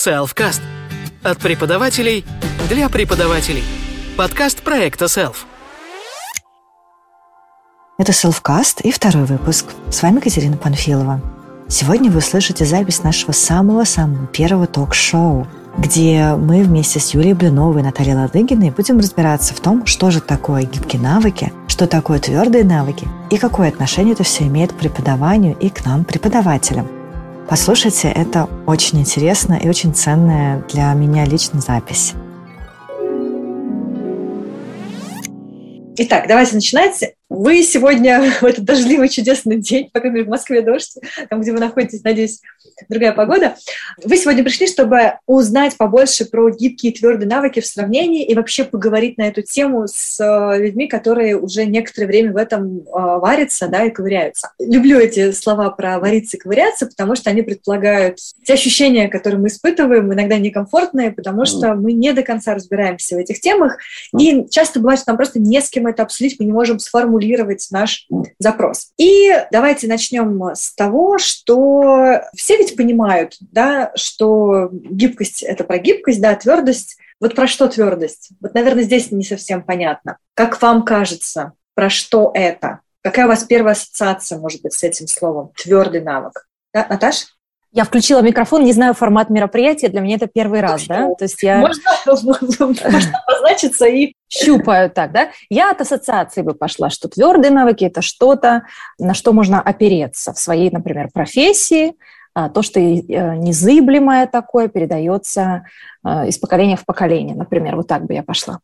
Selfcast. От преподавателей для преподавателей. Подкаст проекта Self. Это Selfcast и второй выпуск. С вами Катерина Панфилова. Сегодня вы услышите запись нашего самого-самого первого ток-шоу, где мы вместе с Юлией Блиновой и Натальей Ладыгиной будем разбираться в том, что же такое гибкие навыки, что такое твердые навыки и какое отношение это все имеет к преподаванию и к нам, преподавателям. Послушайте, это очень интересно и очень ценная для меня лично запись. Итак, давайте начинать. Вы сегодня в этот дождливый чудесный день, по крайней мере, в Москве дождь, там, где вы находитесь, надеюсь, другая погода. Вы сегодня пришли, чтобы узнать побольше про гибкие и твердые навыки в сравнении и вообще поговорить на эту тему с людьми, которые уже некоторое время в этом варятся, да, и ковыряются. Люблю эти слова про вариться и ковыряться, потому что они предполагают те ощущения, которые мы испытываем, иногда некомфортные, потому что мы не до конца разбираемся в этих темах, и часто бывает, что нам просто не с кем это обсудить, мы не можем сформулировать наш запрос. И давайте начнем с того, что все ведь понимают, да, что гибкость – это про гибкость, да, твердость. Вот про что твердость? Вот, наверное, здесь не совсем понятно. Как вам кажется, про что это? Какая у вас первая ассоциация, может быть, с этим словом? Твердый навык. Да, Наташа? Я включила микрофон, не знаю формат мероприятия, для меня это первый раз, да? То есть я... Можно обозначиться и... Щупаю так, да? Я от ассоциации бы пошла, что твердые навыки – это что-то, на что можно опереться в своей, например, профессии, то, что незыблемое такое передается из поколения в поколение, например, вот так бы я пошла.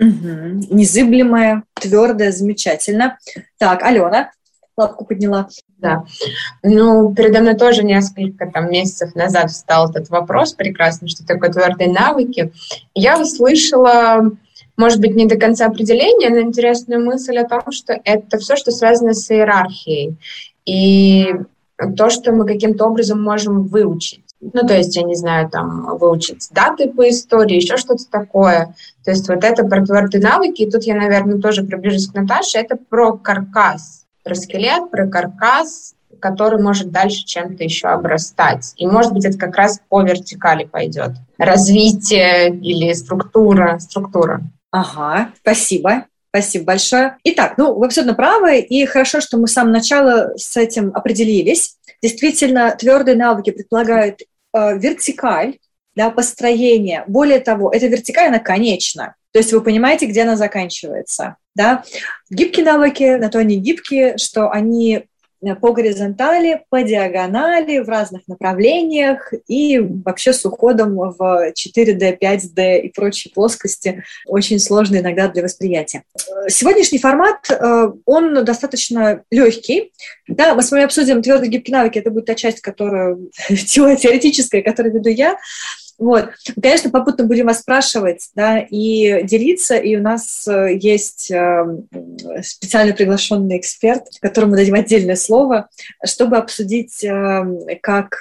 Незыблемое, твердое, замечательно. Так, Алена лапку подняла. Да. Передо мной тоже несколько месяцев назад встал этот вопрос прекрасно, что такое твердые навыки. Я услышала, может быть, не до конца определения, но интересную мысль о том, что это все, что связано с иерархией. И то, что мы каким-то образом можем выучить. То есть, я не знаю, выучить даты по истории, еще что-то такое. То есть вот это про твердые навыки. И тут я, наверное, тоже приближусь к Наташе. Это про каркас. Про скелет, про каркас, который может дальше чем-то еще обрастать. И, может быть, это как раз по вертикали пойдет. Развитие или структура. Ага, спасибо. Спасибо большое. Итак, вы абсолютно правы, и хорошо, что мы с самого начала с этим определились. Действительно, твердые навыки предполагают вертикаль, да, построение. Более того, эта вертикаль, она конечна. То есть вы понимаете, где она заканчивается. Да? Гибкие навыки, на то они гибкие, что они по горизонтали, по диагонали, в разных направлениях и вообще с уходом в 4D, 5D и прочие плоскости, очень сложные иногда для восприятия. Сегодняшний формат, он достаточно легкий. Да, мы с вами обсудим твердые гибкие навыки, это будет та часть, которую теоретическая, которую веду я. Вот. Конечно, попутно будем вас спрашивать, да, и делиться, и у нас есть специально приглашенный эксперт, которому дадим отдельное слово, чтобы обсудить, как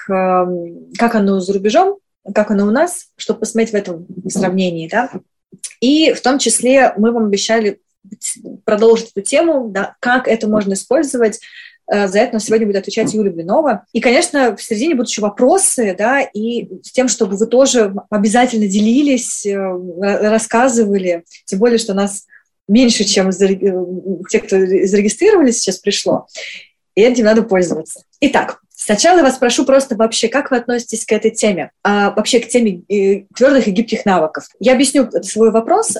оно за рубежом, как оно у нас, чтобы посмотреть в этом сравнении, да. И в том числе мы вам обещали продолжить эту тему, да, как это можно использовать. За это нам сегодня будет отвечать Юлия Блинова. И, конечно, в середине будут еще вопросы, да, и с тем, чтобы вы тоже обязательно делились, рассказывали, тем более, что нас меньше, чем те, кто зарегистрировались, сейчас пришло, и этим надо пользоваться. Итак, сначала я вас прошу просто вообще, как вы относитесь к этой теме, вообще к теме твердых и гибких навыков. Я объясню свой вопрос.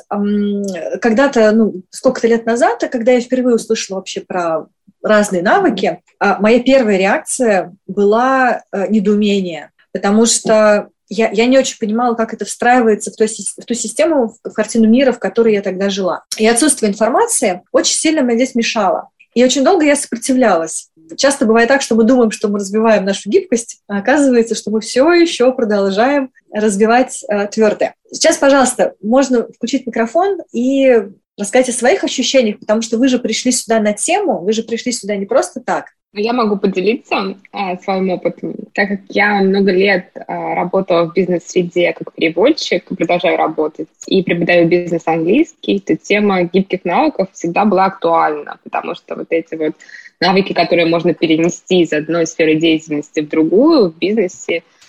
Когда-то, сколько-то лет назад, когда я впервые услышала вообще про разные навыки, моя первая реакция была недоумение, потому что я не очень понимала, как это встраивается в ту систему, в картину мира, в которой я тогда жила. И отсутствие информации очень сильно мне здесь мешало. И очень долго я сопротивлялась. Часто бывает так, что мы думаем, что мы развиваем нашу гибкость, а оказывается, что мы все еще продолжаем развивать твердое. Сейчас, пожалуйста, можно включить микрофон и рассказать о своих ощущениях, потому что вы же пришли сюда на тему, вы же пришли сюда не просто так. Я могу поделиться своим опытом, так как я много лет работала в бизнес-среде как переводчик, продолжаю работать, и преподаю бизнес-английский, то тема гибких навыков всегда была актуальна, потому что вот эти вот навыки, которые можно перенести из одной сферы деятельности в другую, в бизнесе,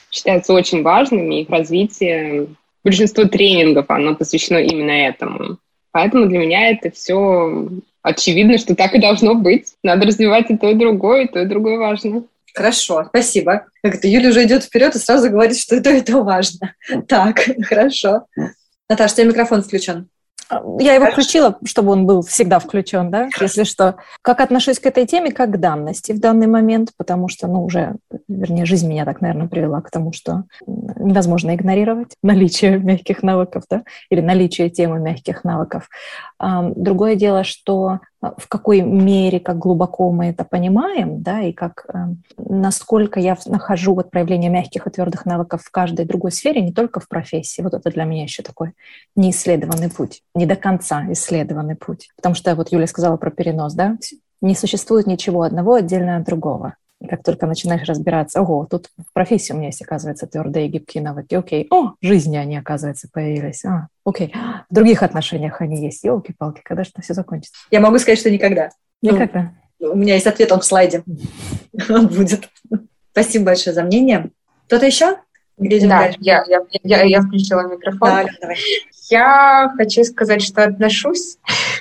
считаются очень важными, их развитие, большинство тренингов, оно посвящено именно этому. Поэтому для меня это все очевидно, что так и должно быть. Надо развивать и то, и другое важно. Хорошо, спасибо. Как это, Юля уже идет вперед и сразу говорит, что это важно. Так, хорошо. Наташа, у тебя микрофон включен. Я его включила, чтобы он был всегда включен, да, если что. Как отношусь к этой теме, как к данности в данный момент, потому что, жизнь меня так, наверное, привела к тому, что невозможно игнорировать наличие мягких навыков, да, или наличие темы мягких навыков. Другое дело, что в какой мере, как глубоко мы это понимаем, да, и насколько я нахожу проявление мягких и твердых навыков в каждой другой сфере, не только в профессии. Вот это для меня еще такой неисследованный путь, не до конца исследованный путь. Потому что Юля сказала про перенос, да, не существует ничего одного отдельно от другого. И как только начинаешь разбираться, тут в профессии у меня есть, оказывается, твердые и гибкие навыки, окей, в жизни они, оказывается, появились, окей, в других отношениях они есть, елки-палки, когда же это все закончится? Я могу сказать, что никогда. Никогда. У меня есть ответ, он в слайде. Он будет. Спасибо большое за мнение. Кто-то еще? Да, я включила микрофон. Да, давай. Я хочу сказать, что отношусь.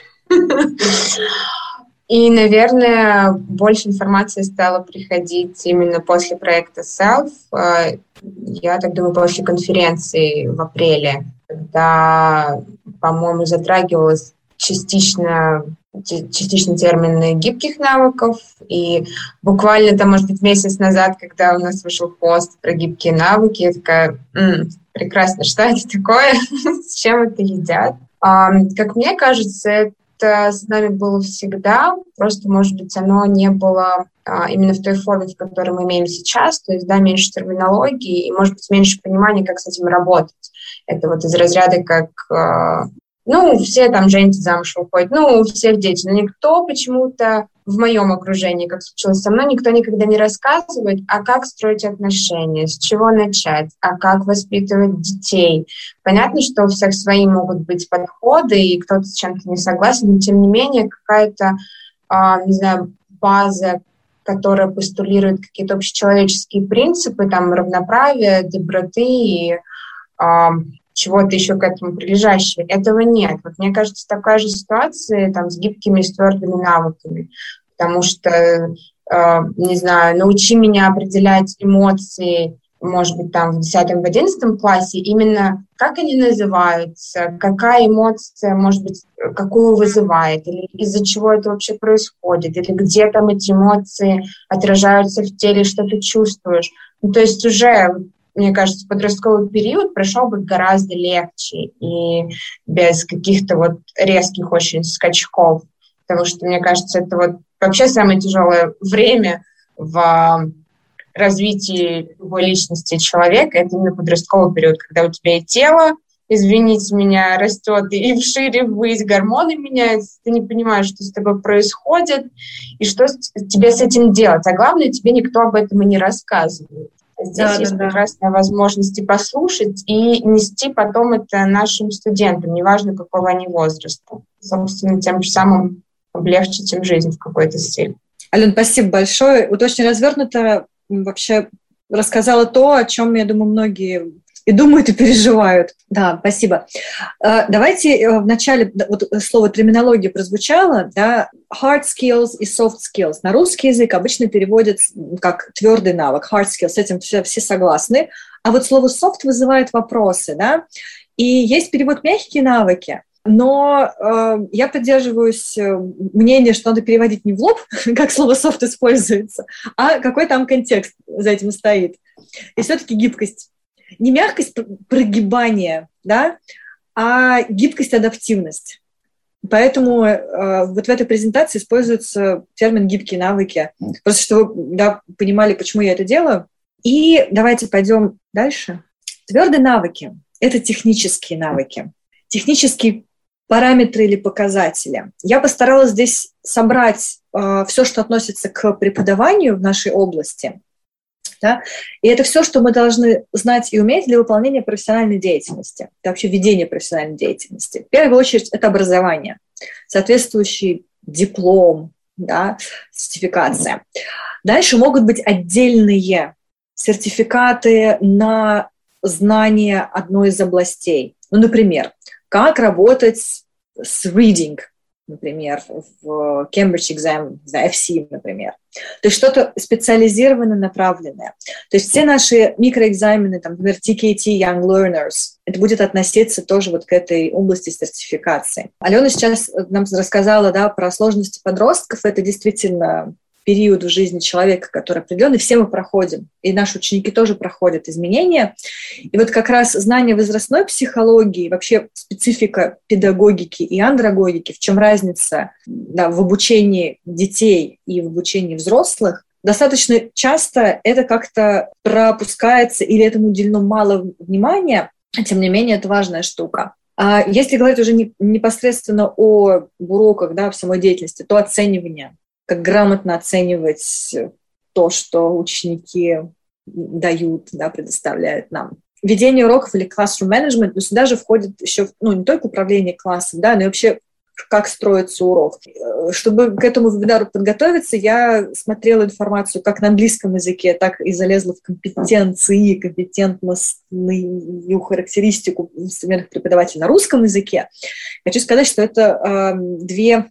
И, наверное, больше информации стало приходить именно после проекта Self. Я так думаю, после конференции в апреле, когда, по-моему, затрагивалась частично термины гибких навыков. И буквально, может быть, месяц назад, когда у нас вышел пост про гибкие навыки, я такая, прекрасно, что это такое, с чем это едят? Как мне кажется, это с нами было всегда, просто, может быть, оно не было именно в той форме, в которой мы имеем сейчас, то есть, да, меньше терминологии и, может быть, меньше понимания, как с этим работать. Это из разряда, как, все там женятся, замуж выходят, у всех дети, но никто почему-то в моем окружении, как случилось со мной, никто никогда не рассказывает, а как строить отношения, с чего начать, а как воспитывать детей. Понятно, что у всех свои могут быть подходы, и кто-то с чем-то не согласен, но тем не менее какая-то, база, которая постулирует какие-то общечеловеческие принципы, там, равноправия, доброты и чего-то еще к этому прилежащего. Этого нет. Мне кажется, такая же ситуация там, с гибкими и с твердыми навыками. Потому что, научи меня определять эмоции, может быть, там в 10-11 классе, именно как они называются, какая эмоция, может быть, какую вызывает, или из-за чего это вообще происходит, или где там эти эмоции отражаются в теле, что ты чувствуешь. То есть уже, мне кажется, подростковый период прошел бы гораздо легче и без каких-то резких очень скачков, потому что, мне кажется, это вообще самое тяжелое время в развитии любой личности человека, это именно подростковый период, когда у тебя и тело, извините меня, растет и вшире ввысь, гормоны меняются, ты не понимаешь, что с тобой происходит и что тебе с этим делать. А главное, тебе никто об этом и не рассказывает. Здесь есть прекрасная возможность и послушать, и нести потом это нашим студентам, неважно, какого они возраста. Собственно, тем же самым облегчить им жизнь в какой-то стиле. Ален, спасибо большое. Очень развернуто вообще рассказала то, о чем, я думаю, многие и думают, и переживают. Да, спасибо. Давайте вначале, слово терминология прозвучало, да, hard skills и soft skills. На русский язык обычно переводят как твердый навык, hard skills, с этим все согласны. А слово soft вызывает вопросы, да, и есть перевод мягкие навыки. Но я придерживаюсь мнения, что надо переводить не в лоб, как слово soft используется, а какой там контекст за этим стоит. И все-таки гибкость. Не мягкость прогибания, да, а гибкость, адаптивность. Поэтому в этой презентации используется термин «гибкие навыки». Просто чтобы вы понимали, почему я это делаю. И давайте пойдем дальше. Твердые навыки – это технические навыки. Технические параметры или показатели. Я постаралась здесь собрать все, что относится к преподаванию в нашей области. Да? И это все, что мы должны знать и уметь для выполнения профессиональной деятельности, это вообще ведение профессиональной деятельности. В первую очередь это образование, соответствующий диплом, да, сертификация. Дальше могут быть отдельные сертификаты на знание одной из областей. Ну, например, как работать с reading, например, в Cambridge Exam, FC, например. То есть что-то специализированно направленное. То есть все наши микроэкзамены, там, например, TKT, Young Learners, это будет относиться тоже вот к этой области сертификации. Алена сейчас нам рассказала, да, про сложности подростков. Это действительно период в жизни человека, который определенный, все мы проходим, и наши ученики тоже проходят изменения. И вот как раз знание возрастной психологии, вообще специфика педагогики и андрогогики, в чем разница, да, в обучении детей и в обучении взрослых, достаточно часто это как-то пропускается или этому уделено мало внимания, а тем не менее это важная штука. А если говорить уже непосредственно о уроках, да, в самой деятельности, то оценивание. Как грамотно оценивать то, что ученики дают, да, предоставляют нам. Ведение уроков или classroom management, но сюда же входит еще, не только управление классом, да, но и вообще как строится урок. Чтобы к этому вебинару подготовиться, я смотрела информацию как на английском языке, так и залезла в компетенции, компетентностную характеристику современных преподавателей на русском языке. Хочу сказать, что это две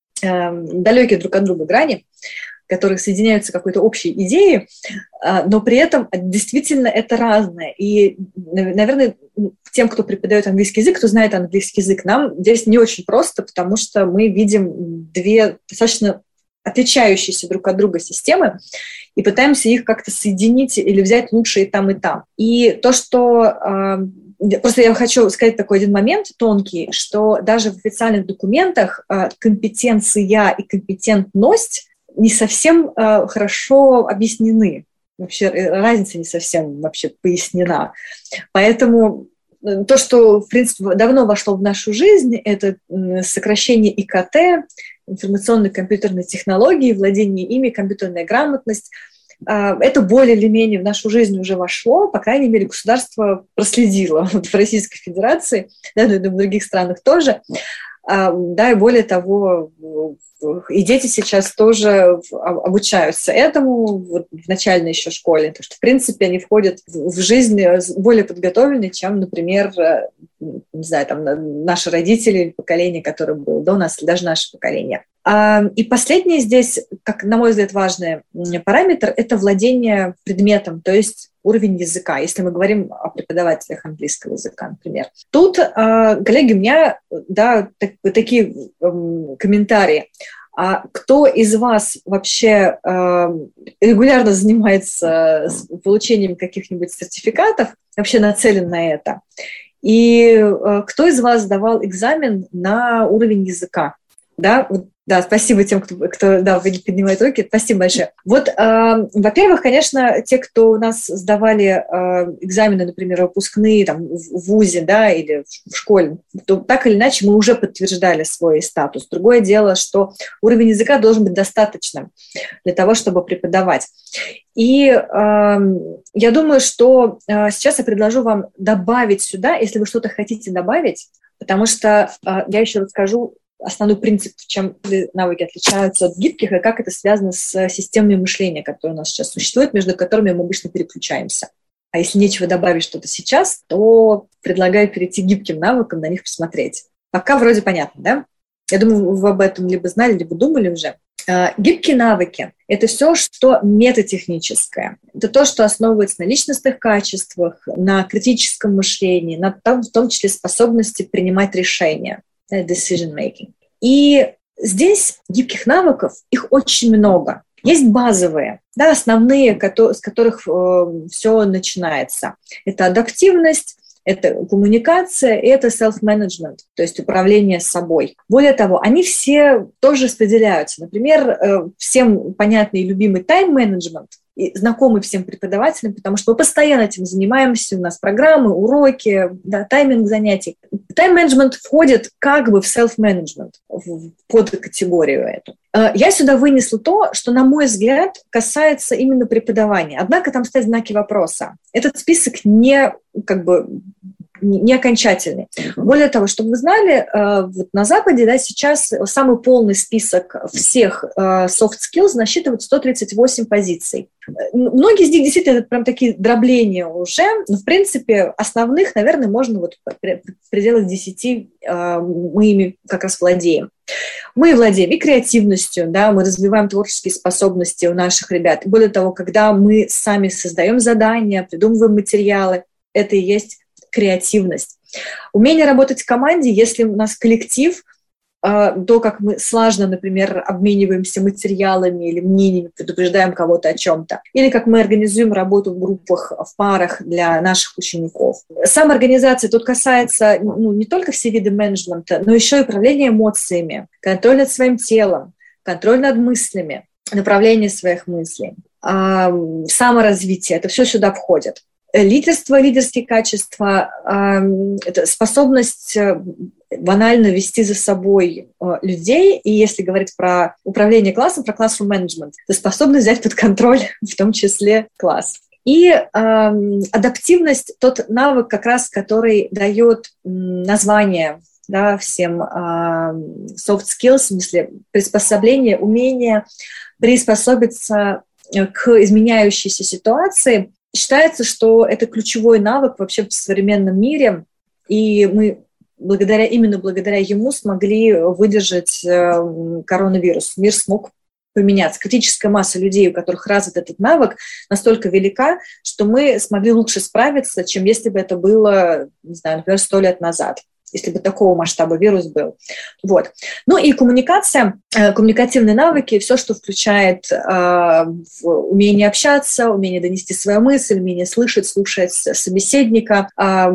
далекие друг от друга грани, которые соединяются какой-то общей идеей, но при этом действительно это разное. И, наверное, тем, кто преподает английский язык, кто знает английский язык, нам здесь не очень просто, потому что мы видим две достаточно отличающиеся друг от друга системы и пытаемся их как-то соединить или взять лучшее и там, и там. И то, что... Просто я хочу сказать такой один момент тонкий, что даже в официальных документах компетенция и компетентность не совсем хорошо объяснены. Вообще разница не совсем вообще пояснена. Поэтому то, что, в принципе, давно вошло в нашу жизнь, это сокращение ИКТ, информационные компьютерные технологии, владение ими, компьютерная грамотность. Это более или менее в нашу жизнь уже вошло, по крайней мере, государство проследило вот в Российской Федерации, да, и в других странах тоже. Да, и более того, и дети сейчас тоже обучаются этому вот в начальной еще школе, потому что, в принципе, они входят в жизнь более подготовленные, чем, например, не знаю, там, наши родители, поколение, которое было до нас, или даже наше поколение. И последний здесь, как, на мой взгляд, важный параметр – это владение предметом, то есть уровень языка, если мы говорим о преподавателях английского языка, например. Тут, коллеги, у меня, да, такие комментарии. А кто из вас вообще регулярно занимается получением каких-нибудь сертификатов, вообще нацелен на это? И кто из вас сдавал экзамен на уровень языка? Да, да, спасибо тем, кто да, поднимает руки. Спасибо большое. Вот, во-первых, конечно, те, кто у нас сдавали экзамены, например, выпускные там, в вузе, да, или в школе, то так или иначе мы уже подтверждали свой статус. Другое дело, что уровень языка должен быть достаточным для того, чтобы преподавать. И я думаю, что сейчас я предложу вам добавить сюда, если вы что-то хотите добавить, потому что я еще расскажу основной принцип, чем навыки отличаются от гибких, и как это связано с системным мышлением, которое у нас сейчас существует, между которыми мы обычно переключаемся. А если нечего добавить что-то сейчас, то предлагаю перейти к гибким навыкам, на них посмотреть. Пока вроде понятно, да? Я думаю, вы об этом либо знали, либо думали уже. Гибкие навыки – это все, что метатехническое. Это то, что основывается на личностных качествах, на критическом мышлении, на в том числе способности принимать решения. Decision making. И здесь гибких навыков, их очень много. Есть базовые, да, основные, с которых все начинается. Это адаптивность, это коммуникация, и это self-management, то есть управление собой. Более того, они все тоже распределяются. Например, всем понятный и любимый тайм-менеджмент, и знакомый всем преподавателям, потому что мы постоянно этим занимаемся, у нас программы, уроки, да, тайминг занятий. Тайм-менеджмент входит как бы в self-management, под категорию эту. Я сюда вынесла то, что, на мой взгляд, касается именно преподавания. Однако там стоят знаки вопроса. Этот список не как бы не окончательный. Более того, чтобы вы знали, вот на Западе, да, сейчас самый полный список всех soft skills насчитывает 138 позиций. Многие из них действительно это прям такие дробления уже, но, в принципе, основных, наверное, можно вот в пределах 10 мы ими как раз владеем. Мы владеем и креативностью, да, мы развиваем творческие способности у наших ребят. Более того, когда мы сами создаем задания, придумываем материалы, это и есть креативность. Умение работать в команде, если у нас коллектив, то, как мы слаженно, например, обмениваемся материалами или мнениями, предупреждаем кого-то о чем-то, или как мы организуем работу в группах, в парах для наших учеников. Самоорганизация тут касается не только все виды менеджмента, но еще и управления эмоциями, контроль над своим телом, контроль над мыслями, направление своих мыслей, саморазвитие. Это все сюда входит. Лидерство, лидерские качества, это способность банально вести за собой людей, и если говорить про управление классом, про classroom management, это способность взять под контроль в том числе класс. И адаптивность – тот навык, как раз, который дает название, да, всем soft skills, в смысле приспособление, умение приспособиться к изменяющейся ситуации. Считается, что это ключевой навык вообще в современном мире, и мы именно благодаря ему смогли выдержать коронавирус. Мир смог поменяться. Критическая масса людей, у которых развит этот навык, настолько велика, что мы смогли лучше справиться, чем если бы это было, не знаю, например, 100 лет назад, если бы такого масштаба вирус был. Вот. Ну и коммуникация, коммуникативные навыки, все, что включает умение общаться, умение донести свою мысль, умение слышать собеседника,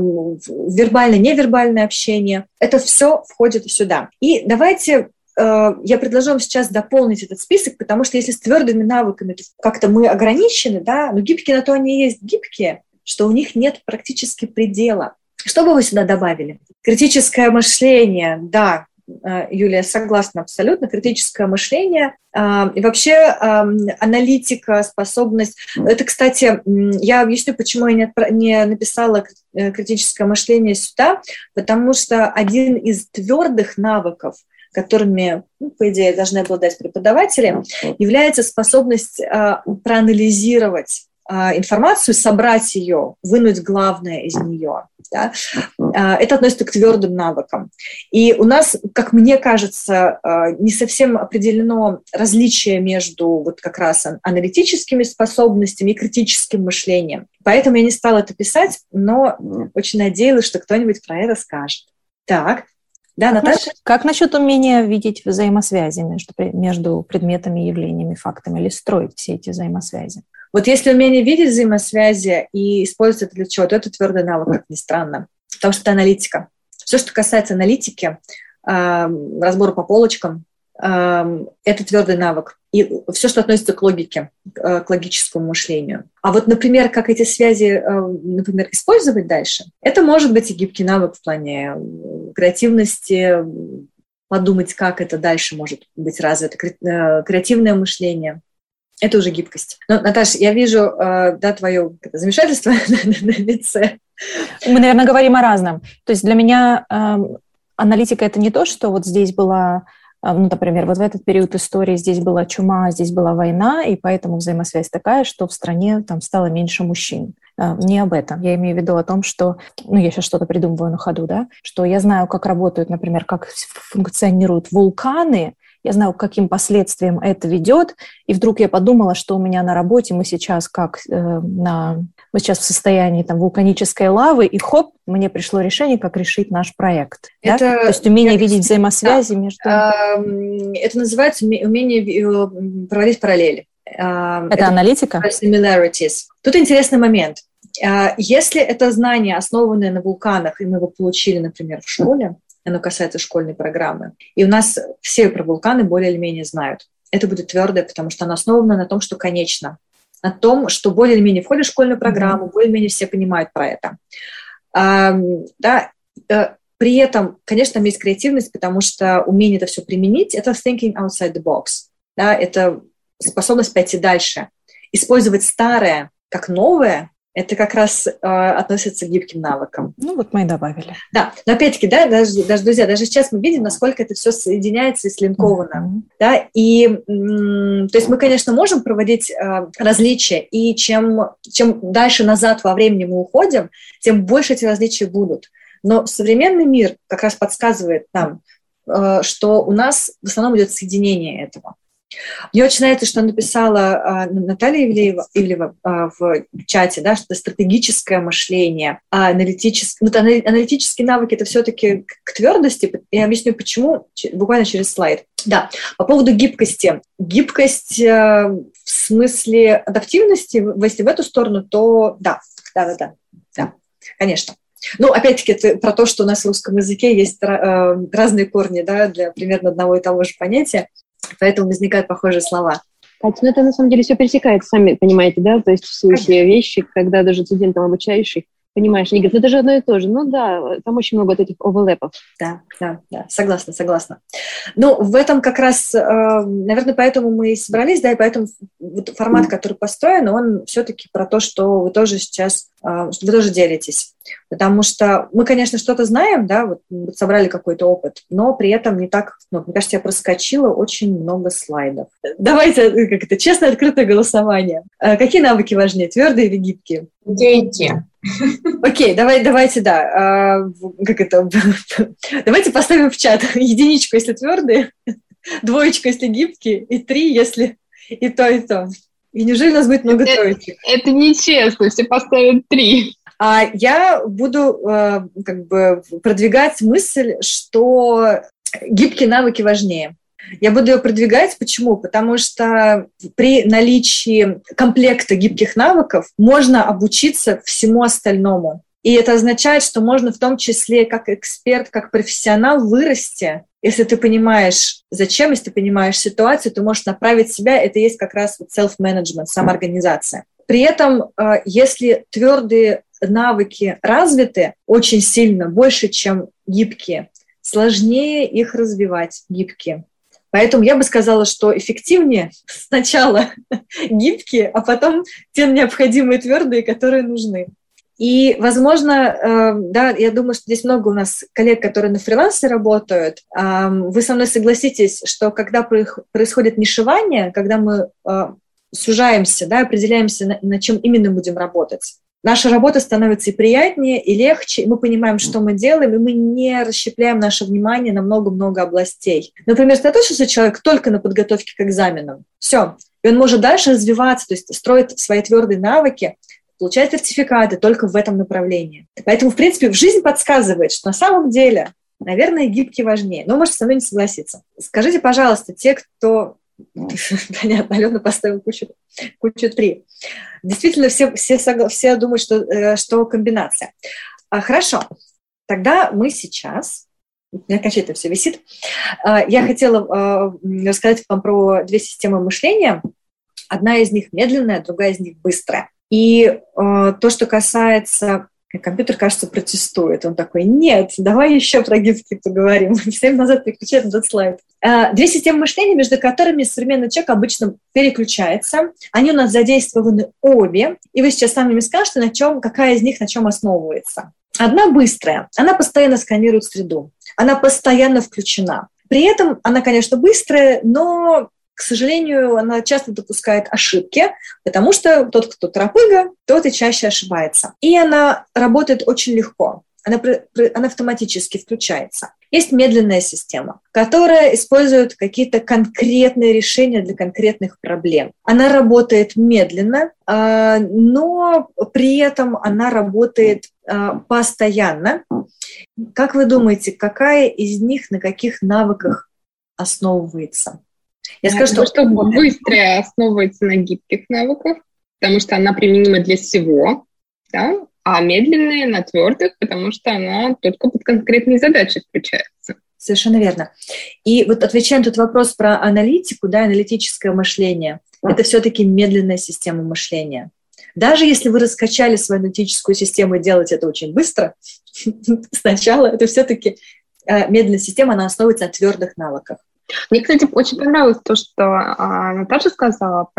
вербально-невербальное общение. Это все входит сюда. И давайте я предложу вам сейчас дополнить этот список, потому что если с твердыми навыками как-то мы ограничены, да, но гибкие на то они и есть гибкие, что у них нет практически предела. Что бы вы сюда добавили? Критическое мышление, да, Юлия, согласна абсолютно, критическое мышление и вообще аналитика, способность. Это, кстати, я объясню, почему я не написала критическое мышление сюда, потому что один из твердых навыков, которыми, по идее, должны обладать преподаватели, является способность проанализировать информацию, собрать ее, вынуть главное из нее. Да? Это относится к твердым навыкам. И у нас, как мне кажется, не совсем определено различие между вот как раз аналитическими способностями и критическим мышлением. Поэтому я не стала это писать, но очень надеялась, что кто-нибудь про это скажет. Так. Да, Наташа? Как насчет умения видеть взаимосвязи между предметами, явлениями, фактами, или строить все эти взаимосвязи? Вот если умение видеть взаимосвязи и использовать это для чего-то, это твердый навык, как ни странно. Потому что это аналитика. Все, что касается аналитики, разбора по полочкам, это твердый навык. И все, что относится к логике, к логическому мышлению. А вот, например, как эти связи, например, использовать дальше, это может быть и гибкий навык в плане креативности, подумать, как это дальше может быть развито, креативное мышление. Это уже гибкость. Но, Наташа, я вижу, да, твое замешательство на лице. Мы, наверное, говорим о разном. То есть для меня аналитика – это не то, что вот здесь была, например, вот в этот период истории здесь была чума, здесь была война, и поэтому взаимосвязь такая, что в стране там стало меньше мужчин. Не об этом. Я имею в виду о том, что, я сейчас что-то придумываю на ходу, да, что я знаю, как работают, например, как функционируют вулканы, я знаю, к каким последствиям это ведет, и вдруг я подумала, что у меня на работе мы сейчас мы сейчас в состоянии там вулканической лавы, и хоп, мне пришло решение, как решить наш проект. Да? То есть умение видеть взаимосвязи между... Это называется умение проводить параллели. Это аналитика? Similarities. Тут интересный момент. Если это знание, основанное на вулканах, и мы его получили, например, в школе, оно касается школьной программы, и у нас все про вулканы более или менее знают, это будет твердое, потому что оно основано на том, что конечно, на том, что более или менее входит в школьную программу, более или менее все понимают про это. При этом, конечно, там есть креативность, потому что умение это все применить – это thinking outside the box. Да, это способность пойти дальше, использовать старое как новое Это как раз относится к гибким навыкам. Ну, вот мы и добавили. Да, но опять-таки, да, даже, друзья, даже сейчас мы видим, насколько это все соединяется и слинковано. Да, и, то есть мы, конечно, можем проводить различия, и чем дальше назад во времени мы уходим, тем больше эти различия будут. Но современный мир как раз подсказывает нам, что у нас в основном идет соединение этого. Мне очень нравится, что написала Наталья Ивлеева в чате, да, что это стратегическое мышление, а аналитические навыки – это все-таки к твердости. Я объясню, почему, буквально через слайд. Да, по поводу гибкости. Гибкость в смысле адаптивности, если в эту сторону, то да, конечно. Ну, опять-таки, это про то, что у нас в русском языке есть разные корни, да, для примерно одного и того же понятия. Поэтому возникают похожие слова. Катя, ну это на самом деле все пересекается, сами понимаете, да? То есть все эти вещи, когда даже студентам обучающих, понимаешь, они говорят, ну это же одно и то же. Ну да, там очень много вот этих оверлэпов. Да, согласна. Ну, в этом как раз, наверное, поэтому мы и собрались, да, и поэтому вот формат, который построен, он все-таки про то, что вы тоже сейчас, что вы тоже делитесь. Потому что мы, конечно, что-то знаем, да, вот собрали какой-то опыт, но при этом не так, ну, мне кажется, я проскочила очень много слайдов. Давайте, честное, открытое голосование. Какие навыки важнее, твердые или гибкие? Те. Окей, давайте, да. Давайте поставим в чат единичку, если твердые, двоечку, если гибкие, и 3, если и то, и то. И неужели у нас будет много троечек? Это нечестно, все поставят 3. А я буду продвигать мысль, что гибкие навыки важнее. Я буду ее продвигать. Почему? Потому что при наличии комплекта гибких навыков можно обучиться всему остальному. И это означает, что можно в том числе как эксперт, как профессионал вырасти. Если ты понимаешь, зачем, если ты понимаешь ситуацию, ты можешь направить себя. Это и есть как раз self-management, самоорганизация. При этом, если твердые навыки развиты очень сильно, больше, чем гибкие, сложнее их развивать, гибкие. Поэтому я бы сказала, что эффективнее сначала гибкие, а потом те необходимые твердые, которые нужны. И, возможно, да, я думаю, что здесь много у нас коллег, которые на фрилансе работают. Вы со мной согласитесь, что когда происходит нишевание, когда мы сужаемся, да, определяемся, на чем именно будем работать, наша работа становится и приятнее, и легче, и мы понимаем, что мы делаем, и мы не расщепляем наше внимание на много-много областей. Например, сосредоточился человек только на подготовке к экзаменам. Все. И он может дальше развиваться, то есть строить свои твердые навыки, получать сертификаты только в этом направлении. Поэтому, в принципе, жизнь подсказывает, что на самом деле, наверное, гибкие важнее. Но можете со мной не согласиться. Скажите, пожалуйста, те, кто... Понятно, Алена поставила кучу 3. Действительно, все думают, что комбинация. Хорошо, тогда мы сейчас... У меня окончательно все висит. Я хотела рассказать вам про 2 системы мышления. Одна из них медленная, другая из них быстрая. И то, что касается... Компьютер, кажется, протестует. Он такой, нет, давай еще про гибкие поговорим. Всем назад переключаем этот слайд. 2 системы мышления, между которыми современный человек обычно переключается. Они у нас задействованы обе. И вы сейчас сами мне скажете, какая из них на чем основывается. Одна быстрая. Она постоянно сканирует среду. Она постоянно включена. При этом она, конечно, быстрая, но... К сожалению, она часто допускает ошибки, потому что тот, кто торопыга, тот и чаще ошибается. И она работает очень легко. Она автоматически включается. Есть медленная система, которая использует какие-то конкретные решения для конкретных проблем. Она работает медленно, но при этом она работает постоянно. Как вы думаете, какая из них на каких навыках основывается? Я скажу, что быстрая основывается на гибких навыках, потому что она применима для всего, да? А медленная на твердых, потому что она только под конкретные задачи включается. Совершенно верно. И вот отвечая на тот вопрос про аналитику, да, аналитическое мышление, это все-таки медленная система мышления. Даже если вы раскачали свою аналитическую систему и делаете это очень быстро, сначала это все-таки медленная система, она основывается на твердых навыках. Мне, кстати, очень понравилось то, что Наташа сказала про вот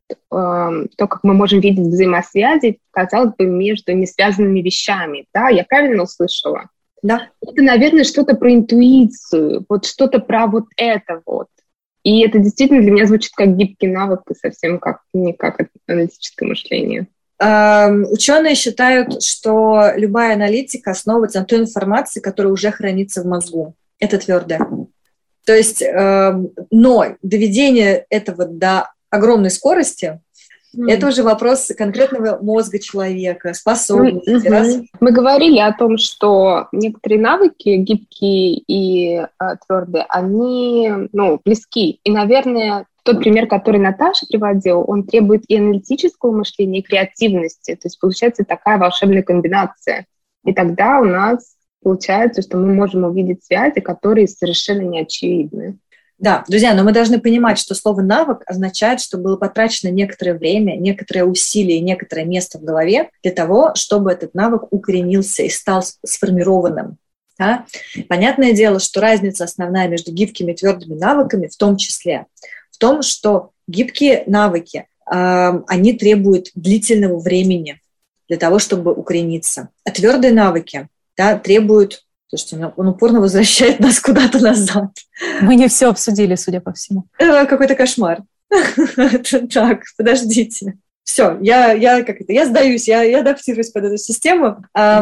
то, как мы можем видеть взаимосвязи, казалось бы, между несвязанными вещами. Да, я правильно услышала? Да. Это, наверное, что-то про интуицию, вот что-то про вот это вот. И это действительно для меня звучит как гибкий навык, и совсем не как аналитическое мышление. Ученые считают, что любая аналитика основывается на той информации, которая уже хранится в мозгу. Это твердое. То есть, но доведение этого до огромной скорости это уже вопрос конкретного мозга человека, способности. Мы говорили о том, что некоторые навыки, гибкие и твердые, они близки. И, наверное, тот пример, который Наташа приводила, он требует и аналитического мышления, и креативности. То есть получается такая волшебная комбинация. И тогда у нас получается, что мы можем увидеть связи, которые совершенно неочевидны. Да, друзья, но мы должны понимать, что слово «навык» означает, что было потрачено некоторое время, некоторое усилие, некоторое место в голове для того, чтобы этот навык укоренился и стал сформированным. Да? Понятное дело, что разница основная между гибкими и твердыми навыками в том числе в том, что гибкие навыки, они требуют длительного времени для того, чтобы укорениться. А твердые навыки требуют... Слушайте, он упорно возвращает нас куда-то назад. Мы не все обсудили, судя по всему. Какой-то кошмар. Так, подождите. Все, я сдаюсь, я адаптируюсь под эту систему.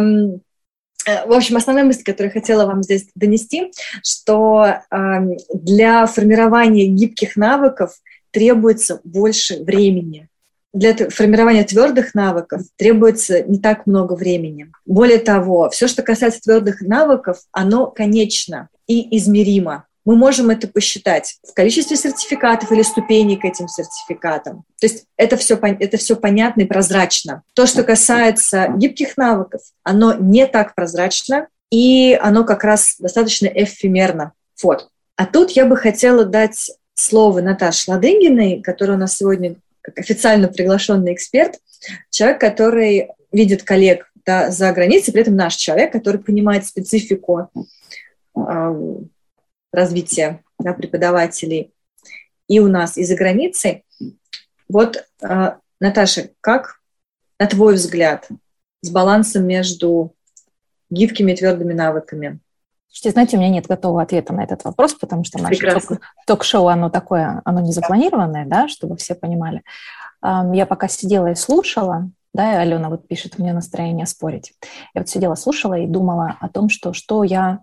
В общем, основная мысль, которую я хотела вам здесь донести, что для формирования гибких навыков требуется больше времени. Для формирования твердых навыков требуется не так много времени. Более того, все, что касается твердых навыков, оно конечно и измеримо. Мы можем это посчитать в количестве сертификатов или ступеней к этим сертификатам. То есть это все понятно и прозрачно. То, что касается гибких навыков, оно не так прозрачно, и оно как раз достаточно эфемерно. Вот. А тут я бы хотела дать слово Наташе Ладыгиной, которая у нас сегодня как официально приглашенный эксперт, человек, который видит коллег за границей, при этом наш человек, который понимает специфику развития преподавателей и у нас, и за границей. Вот, Наташа, как, на твой взгляд, с балансом между гибкими и твердыми навыками? Знаете, у меня нет готового ответа на этот вопрос, потому что наше ток-шоу, оно такое, оно не запланированное, да, чтобы все понимали. Я пока сидела и слушала, да, и Алена вот пишет, у меня настроение спорить. Я вот сидела, слушала и думала о том, что я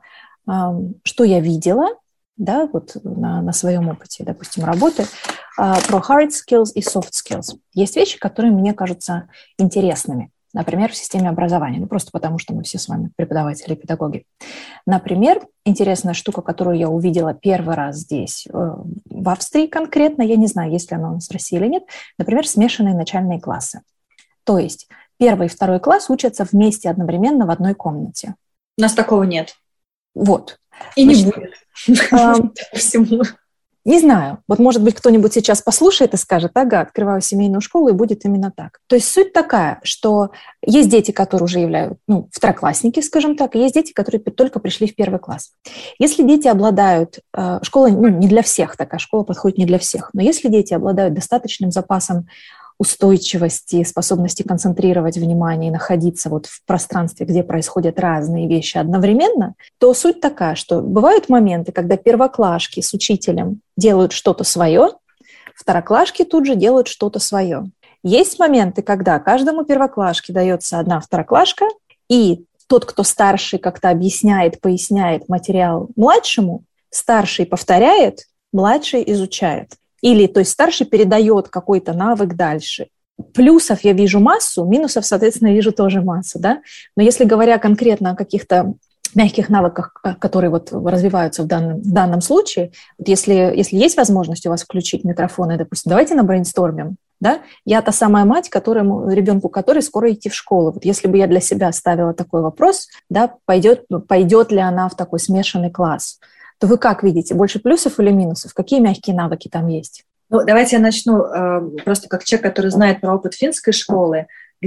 видела, да, вот на своем опыте, допустим, работы, про hard skills и soft skills. Есть вещи, которые мне кажутся интересными. Например, в системе образования. Просто потому, что мы все с вами преподаватели и педагоги. Например, интересная штука, которую я увидела первый раз здесь, в Австрии конкретно, я не знаю, есть ли она у нас в России или нет, например, смешанные начальные классы. То есть 1 и 2 класс учатся вместе одновременно в одной комнате. У нас такого нет. Вот. И не будет. Всему. Не знаю. Вот, может быть, кто-нибудь сейчас послушает и скажет, ага, открываю семейную школу, и будет именно так. То есть суть такая, что есть дети, которые уже являются, второклассники, скажем так, и есть дети, которые только пришли в 1 класс. Если дети обладают, школа, не для всех такая, школа подходит не для всех, но если дети обладают достаточным запасом устойчивости, способности концентрировать внимание и находиться вот в пространстве, где происходят разные вещи одновременно, то суть такая, что бывают моменты, когда первоклашки с учителем делают что-то свое, второклашки тут же делают что-то свое. Есть моменты, когда каждому первоклашке дается одна второклашка, и тот, кто старший, как-то объясняет, поясняет материал младшему, старший повторяет, младший изучает. Или, то есть, старший передает какой-то навык дальше. Плюсов я вижу массу, минусов, соответственно, вижу тоже массу, да. Но если говоря конкретно о каких-то мягких навыках, которые вот развиваются в данном случае, вот если есть возможность у вас включить микрофон и, допустим, давайте на брейнстормим, да, я та самая мать, ребенку которой скоро идти в школу. Вот если бы я для себя ставила такой вопрос, да, пойдет ли она в такой смешанный класс, то вы как видите, больше плюсов или минусов? Какие мягкие навыки там есть? Давайте я начну просто как человек, который знает про опыт финской школы,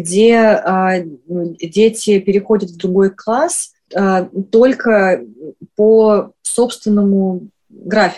где дети переходят в другой класс только по собственному графику.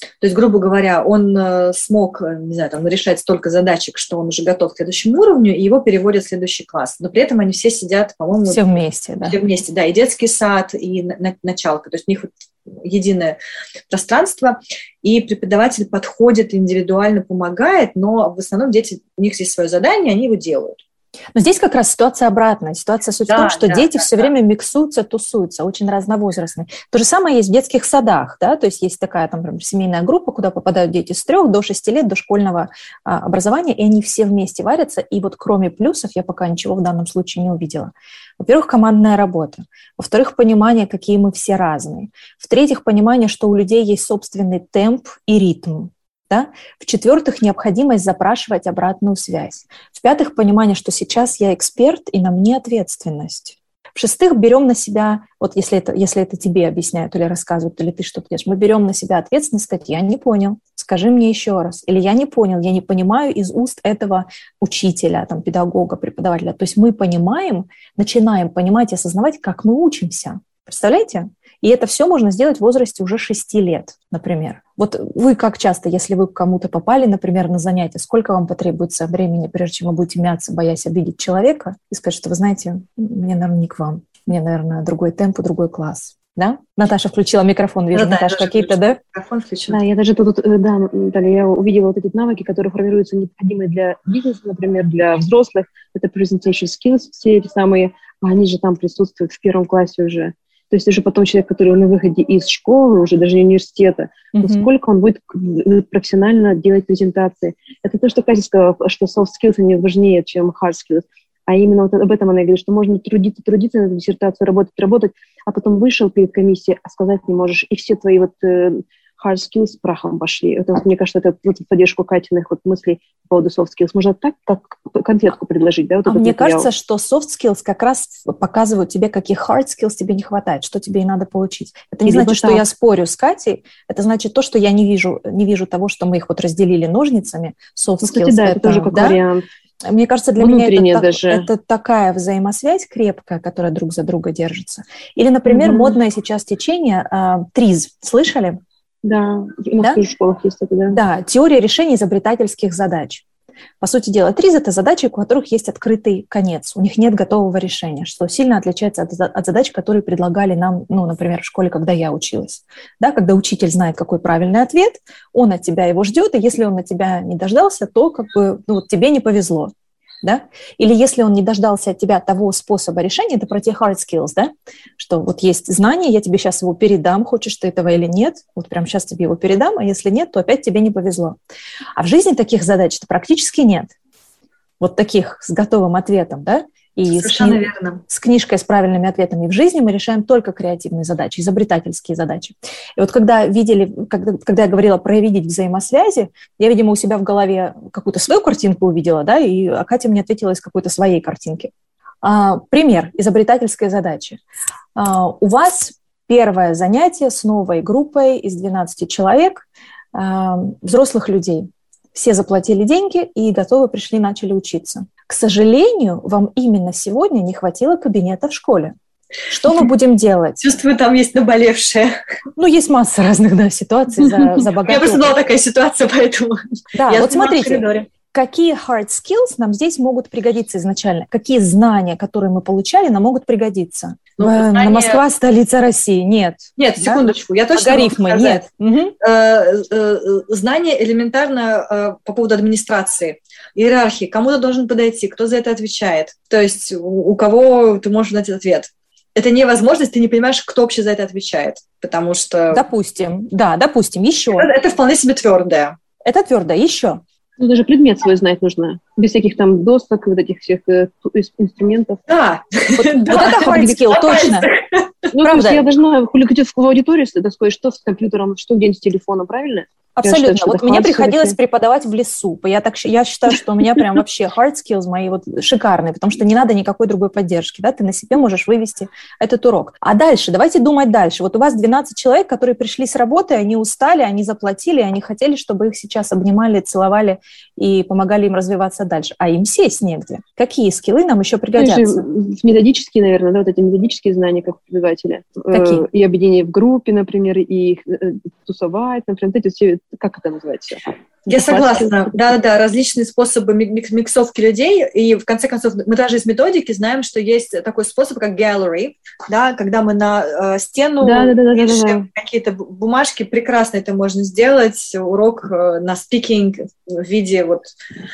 То есть, грубо говоря, он смог, не знаю, там, решать столько задачек, что он уже готов к следующему уровню, и его переводят в следующий класс. Но при этом они все сидят, по-моему... Все вместе, да. Все вместе, да, и детский сад, и началка. То есть у них единое пространство, и преподаватель подходит, индивидуально помогает, но в основном дети, у них есть свое задание, они его делают. Но здесь как раз ситуация обратная. Ситуация суть в том, что дети все время миксуются, тусуются, очень разновозрастные. То же самое есть в детских садах, да, то есть есть такая, там, например, семейная группа, куда попадают дети с 3 до 6 лет дошкольного образования, и они все вместе варятся, и вот кроме плюсов я пока ничего в данном случае не увидела. Во-первых, командная работа. Во-вторых, понимание, какие мы все разные. В-третьих, понимание, что у людей есть собственный темп и ритм. Да? В-четвертых, необходимость запрашивать обратную связь. В-пятых, понимание, что сейчас я эксперт, и на мне ответственность. В-шестых, берем на себя, вот если это тебе объясняют или рассказывают, или ты что-то делаешь, мы берем на себя ответственность, сказать, я не понял, скажи мне еще раз. Или я не понял, я не понимаю из уст этого учителя, там, педагога, преподавателя. То есть мы понимаем, начинаем понимать и осознавать, как мы учимся. Представляете? И это все можно сделать в возрасте уже 6 лет, например. Вот вы как часто, если вы к кому-то попали, например, на занятие, сколько вам потребуется времени, прежде чем вы будете мяться, боясь обидеть человека, и сказать, что вы знаете, мне, наверное, не к вам, мне, наверное, другой темп и другой класс. Да? Наташа включила микрофон, вижу, да, Наташа, какие-то, да? Микрофон включила. Да, я даже тут, да, Наталья, я увидела вот эти навыки, которые формируются необходимые для бизнеса, например, для взрослых. Это presentation skills, все эти самые, они же там присутствуют в 1 классе уже. То есть уже потом человек, который на выходе из школы, уже даже не университета, насколько он будет профессионально делать презентации. Это то, что Катя сказала, что soft skills они важнее, чем hard skills. А именно вот об этом она говорит, что можно трудиться на эту диссертацию, работать, а потом вышел перед комиссией, а сказать не можешь. И все твои вот hard skills прахом пошли. Это, вот, мне кажется, это вот в поддержку Катиных вот мыслей по поводу soft skills. Можно так, как конфетку предложить, да? Вот мне кажется, что soft skills как раз показывают тебе, каких hard skills тебе не хватает, что тебе и надо получить. Это не значит, что я спорю с Катей, это значит то, что я не вижу того, что мы их вот разделили ножницами. Soft skills. Кстати, да, это тоже как вариант. Мне кажется, для меня это такая взаимосвязь крепкая, которая друг за друга держится. Или, например, модное сейчас течение TRIZ. Слышали? Да, у нас тоже в школах есть это, да. Да, теория решения изобретательских задач. По сути дела, TRIZ – это задачи, у которых есть открытый конец, у них нет готового решения, что сильно отличается от задач, которые предлагали нам, ну, например, в школе, когда я училась. Да, когда учитель знает, какой правильный ответ, он от тебя его ждет, и если он от тебя не дождался, то как бы, ну, вот тебе не повезло. Да? Или если он не дождался от тебя того способа решения, это про те hard skills, да? Что вот есть знание, я тебе сейчас его передам, хочешь ты этого или нет, вот прямо сейчас тебе его передам, а если нет, то опять тебе не повезло. А в жизни таких задач-то практически нет. Вот таких с готовым ответом, да? И с книжкой с правильными ответами в жизни мы решаем только креативные задачи, изобретательские задачи. И вот когда я говорила про видеть взаимосвязи, я, видимо, у себя в голове какую-то свою картинку увидела, да, и Катя мне ответила из какой-то своей картинки. Пример изобретательской задачи. У вас первое занятие с новой группой из 12 человек, взрослых людей. Все заплатили деньги и готовы пришли, начали учиться. К сожалению, вам именно сегодня не хватило кабинета в школе. Что мы будем делать? Чувствую, там есть наболевшее. Ну, есть масса разных, да, ситуаций за богатых. У меня просто была такая ситуация, поэтому... Да, вот смотрите, какие hard skills нам здесь могут пригодиться изначально? Какие знания, которые мы получали, нам могут пригодиться? Знания... Москва – столица России. Нет. Нет, секундочку. Я точно алгоритмы. Нет. Знания элементарно по поводу администрации, иерархии. Кому-то должен подойти, кто за это отвечает. То есть у кого ты можешь дать ответ. Это невозможность, ты не понимаешь, кто вообще за это отвечает. Потому что... Допустим, еще. Это вполне себе твердое. Это твердое, еще. Ну, даже предмет свой знать нужно. Без всяких там досок, вот этих всех инструментов. Да. Вот это hard skill, точно. Ну, правда. Я должна в аудитории с доской, что с компьютером, что где-нибудь с телефоном, правильно? Абсолютно. Вот мне приходилось преподавать в лесу. Я считаю, что у меня прям вообще hard skills мои вот шикарные, потому что не надо никакой другой поддержки. Да? Ты на себе можешь вывести этот урок. А дальше, давайте думать дальше. Вот у вас 12 человек, которые пришли с работы, они устали, они заплатили, они хотели, чтобы их сейчас обнимали, целовали и помогали им развиваться дальше. А им сесть негде. Какие скиллы нам еще пригодятся? Методические, наверное, да, вот эти методические знания как преподавателя. Какие? И объединение в группе, например, и тусовать, например, эти все, как это называется? Я согласна. Да, различные способы миксовки людей. И, в конце концов, мы даже из методики знаем, что есть такой способ, как gallery, да, когда мы на стену пишем какие-то бумажки. Прекрасно это можно сделать. Урок на speaking в виде вот...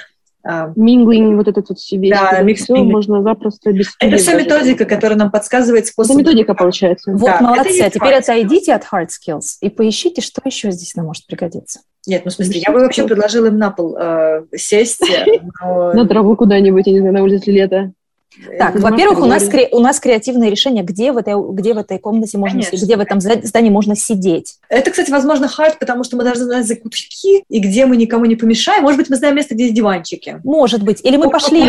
Минглинг, вот этот вот себе. Да, все можно запросто без... Это все методика, которая нам подсказывает способ... Это методика, получается. Вот, да, молодцы. А теперь отойдите от hard skills и поищите, что еще здесь нам может пригодиться. Нет, ну в смысле, я бы вообще предложила им на пол сесть. На траву куда-нибудь, я не знаю, на улице лето. Так, во-первых, у нас креативное решение, где в этой комнате можно сидеть, где в этом здании можно сидеть. Это, кстати, возможно, hard, потому что мы должны знать закутки, и где мы никому не помешаем. Может быть, мы знаем место, где есть диванчики. Может быть. Или мы пошли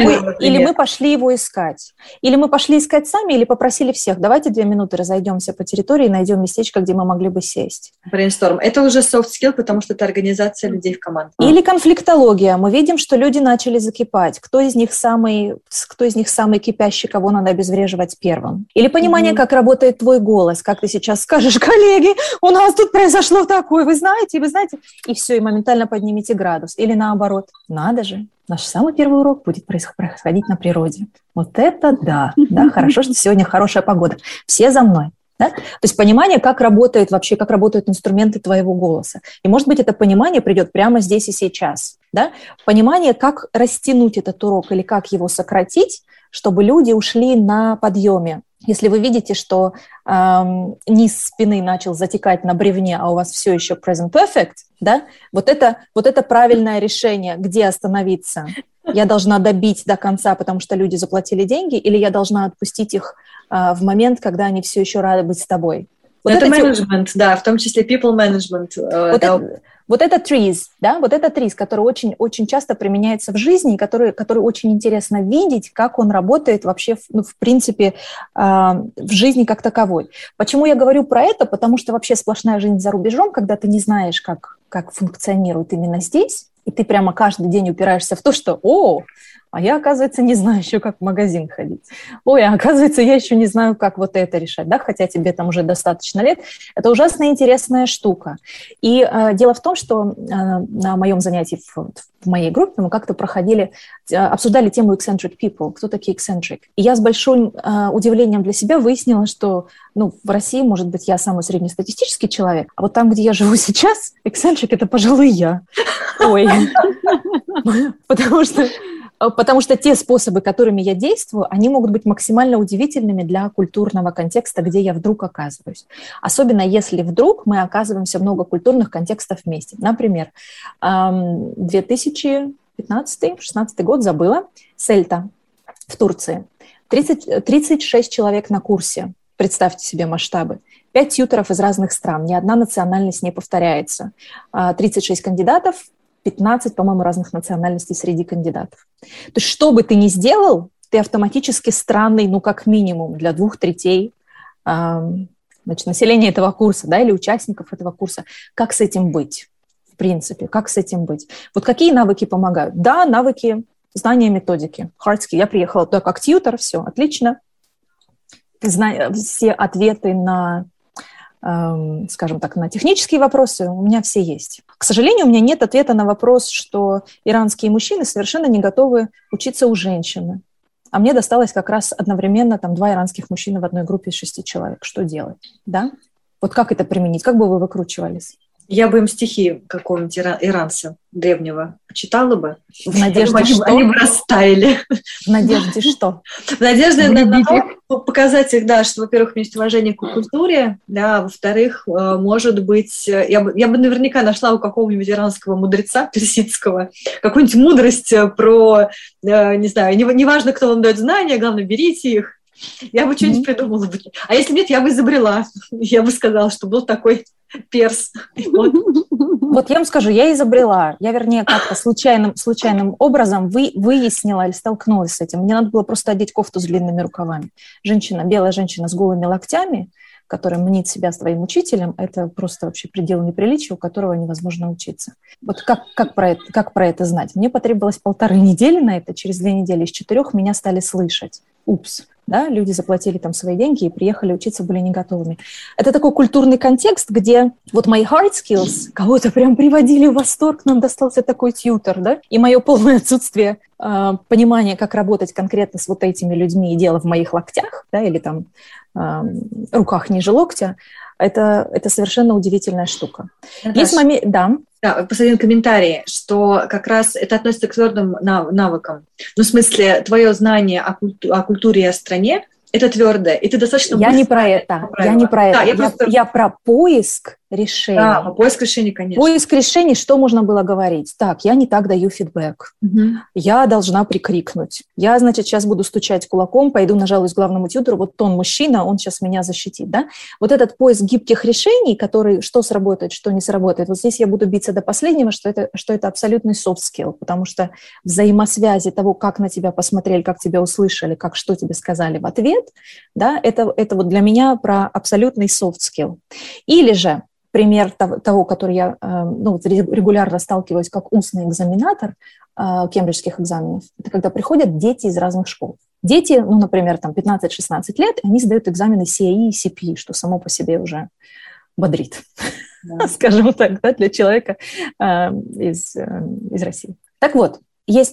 его искать. Или мы пошли искать сами, или попросили всех. Давайте 2 минуты разойдемся по территории и найдем местечко, где мы могли бы сесть. Brainstorm. Это уже soft skill, потому что это организация людей в команде. Или конфликтология. Мы видим, что люди начали закипать. Кто из них самый кипящий, кого надо обезвреживать первым. Или понимание, как работает твой голос, как ты сейчас скажешь: коллеги, у нас тут произошло такое, вы знаете, и все, и моментально поднимите градус. Или наоборот, надо же, наш самый первый урок будет происходить на природе. Вот это да, хорошо, что сегодня хорошая погода. Все за мной. Да? То есть понимание, как работают инструменты твоего голоса. И, может быть, это понимание придет прямо здесь и сейчас. Да? Понимание, как растянуть этот урок или как его сократить, чтобы люди ушли на подъеме. Если вы видите, что низ спины начал затекать на бревне, а у вас все еще present perfect, да? вот это правильное решение, где остановиться. Я должна добить до конца, потому что люди заплатили деньги, или я должна отпустить их в момент, когда они все еще рады быть с тобой. Это менеджмент, да, в том числе people management. Вот это trees, да, вот это trees, который очень, очень часто применяется в жизни, который очень интересно видеть, как он работает вообще, в принципе, в жизни как таковой. Почему я говорю про это? Потому что вообще сплошная жизнь за рубежом, когда ты не знаешь, как функционирует именно здесь, и ты прямо каждый день упираешься в то, что а я, оказывается, не знаю еще, как в магазин ходить. Ой, а оказывается, я еще не знаю, как вот это решать, да, хотя тебе там уже достаточно лет. Это ужасно интересная штука. И дело в том, что на моем занятии в моей группе мы как-то обсуждали тему eccentric people, кто такие eccentric. И я с большим удивлением для себя выяснила, что в России, может быть, я самый среднестатистический человек, а вот там, где я живу сейчас, eccentric – это, пожалуй, я. Ой. Потому что те способы, которыми я действую, они могут быть максимально удивительными для культурного контекста, где я вдруг оказываюсь. Особенно если вдруг мы оказываемся в многокультурных контекстах вместе. Например, 2015-16 год, забыла, Сельта в Турции. 36 человек на курсе. Представьте себе масштабы. 5 тьюторов из разных стран. Ни одна национальность не повторяется. 36 кандидатов, 15, по-моему, разных национальностей среди кандидатов. То есть что бы ты ни сделал, ты автоматически странный, как минимум, для 2/3 населения этого курса, да, или участников этого курса. Как с этим быть? В принципе, как с этим быть? Вот какие навыки помогают? Да, навыки, знания методики. Hard skill. Я приехала туда как тьютор, все, отлично. Все ответы на, скажем так, на технические вопросы у меня все есть. К сожалению, у меня нет ответа на вопрос, что иранские мужчины совершенно не готовы учиться у женщины. А мне досталось как раз одновременно 2 иранских мужчины в одной группе из 6 человек. Что делать? Да? Вот как это применить? Как бы вы выкручивались? Я бы им стихи какого-нибудь иранца древнего читала бы. В надежде, что? Они бы растаяли. В надежде что? В надежде на то, показать их, да, что, во-первых, у меня есть уважение к культуре, да, во-вторых, может быть, я бы наверняка нашла у какого-нибудь иранского мудреца персидского какую-нибудь мудрость про, не знаю, неважно, кто вам дает знания, главное, берите их. Я бы что-нибудь придумала бы. А если нет, я бы изобрела. Я бы сказала, что был такой перс. Вот я вам скажу, я вернее, как-то случайным образом выяснила или столкнулась с этим. Мне надо было просто одеть кофту с длинными рукавами. Белая женщина с голыми локтями, которая мнит себя своим учителем, это просто вообще предел неприличия, у которого невозможно учиться. Вот как про это знать? Мне потребовалось 1,5 недели на это, через 2 недели из 4 меня стали слышать. Упс. Да, люди заплатили там свои деньги и приехали учиться, были не готовыми. Это такой культурный контекст, где вот мои hard skills кого-то прям приводили в восторг, нам достался такой тьютор, да, и мое полное отсутствие понимания, как работать конкретно с вот этими людьми, и дело в моих локтях, да, или там руках ниже локтя, это совершенно удивительная штука. Наташа, есть момент, да. Да, последний комментарий, что как раз это относится к твердым навыкам. Ну, в смысле, твое знание о культуре и о стране – это твердое, и ты достаточно Я не про это. Я про поиск решений. Да, поиск решений, конечно. Поиск решений, что можно было говорить? Так, я не так даю фидбэк. Я должна прикрикнуть. Я, значит, сейчас буду стучать кулаком, пойду нажалуюсь главному тьютору, вот он мужчина, он сейчас меня защитит, да? Вот этот поиск гибких решений, который, что сработает, что не сработает, вот здесь я буду биться до последнего, что это абсолютный soft skill, потому что взаимосвязи того, как на тебя посмотрели, как тебя услышали, что тебе сказали в ответ, да, это вот для меня про абсолютный soft skill. Или же пример того, который я регулярно сталкиваюсь как устный экзаменатор кембриджских экзаменов, это когда приходят дети из разных школ. Дети, например, там 15-16 лет, они сдают экзамены CAE и CPE, что само по себе уже бодрит, скажем так, да, для человека из России. Так вот, есть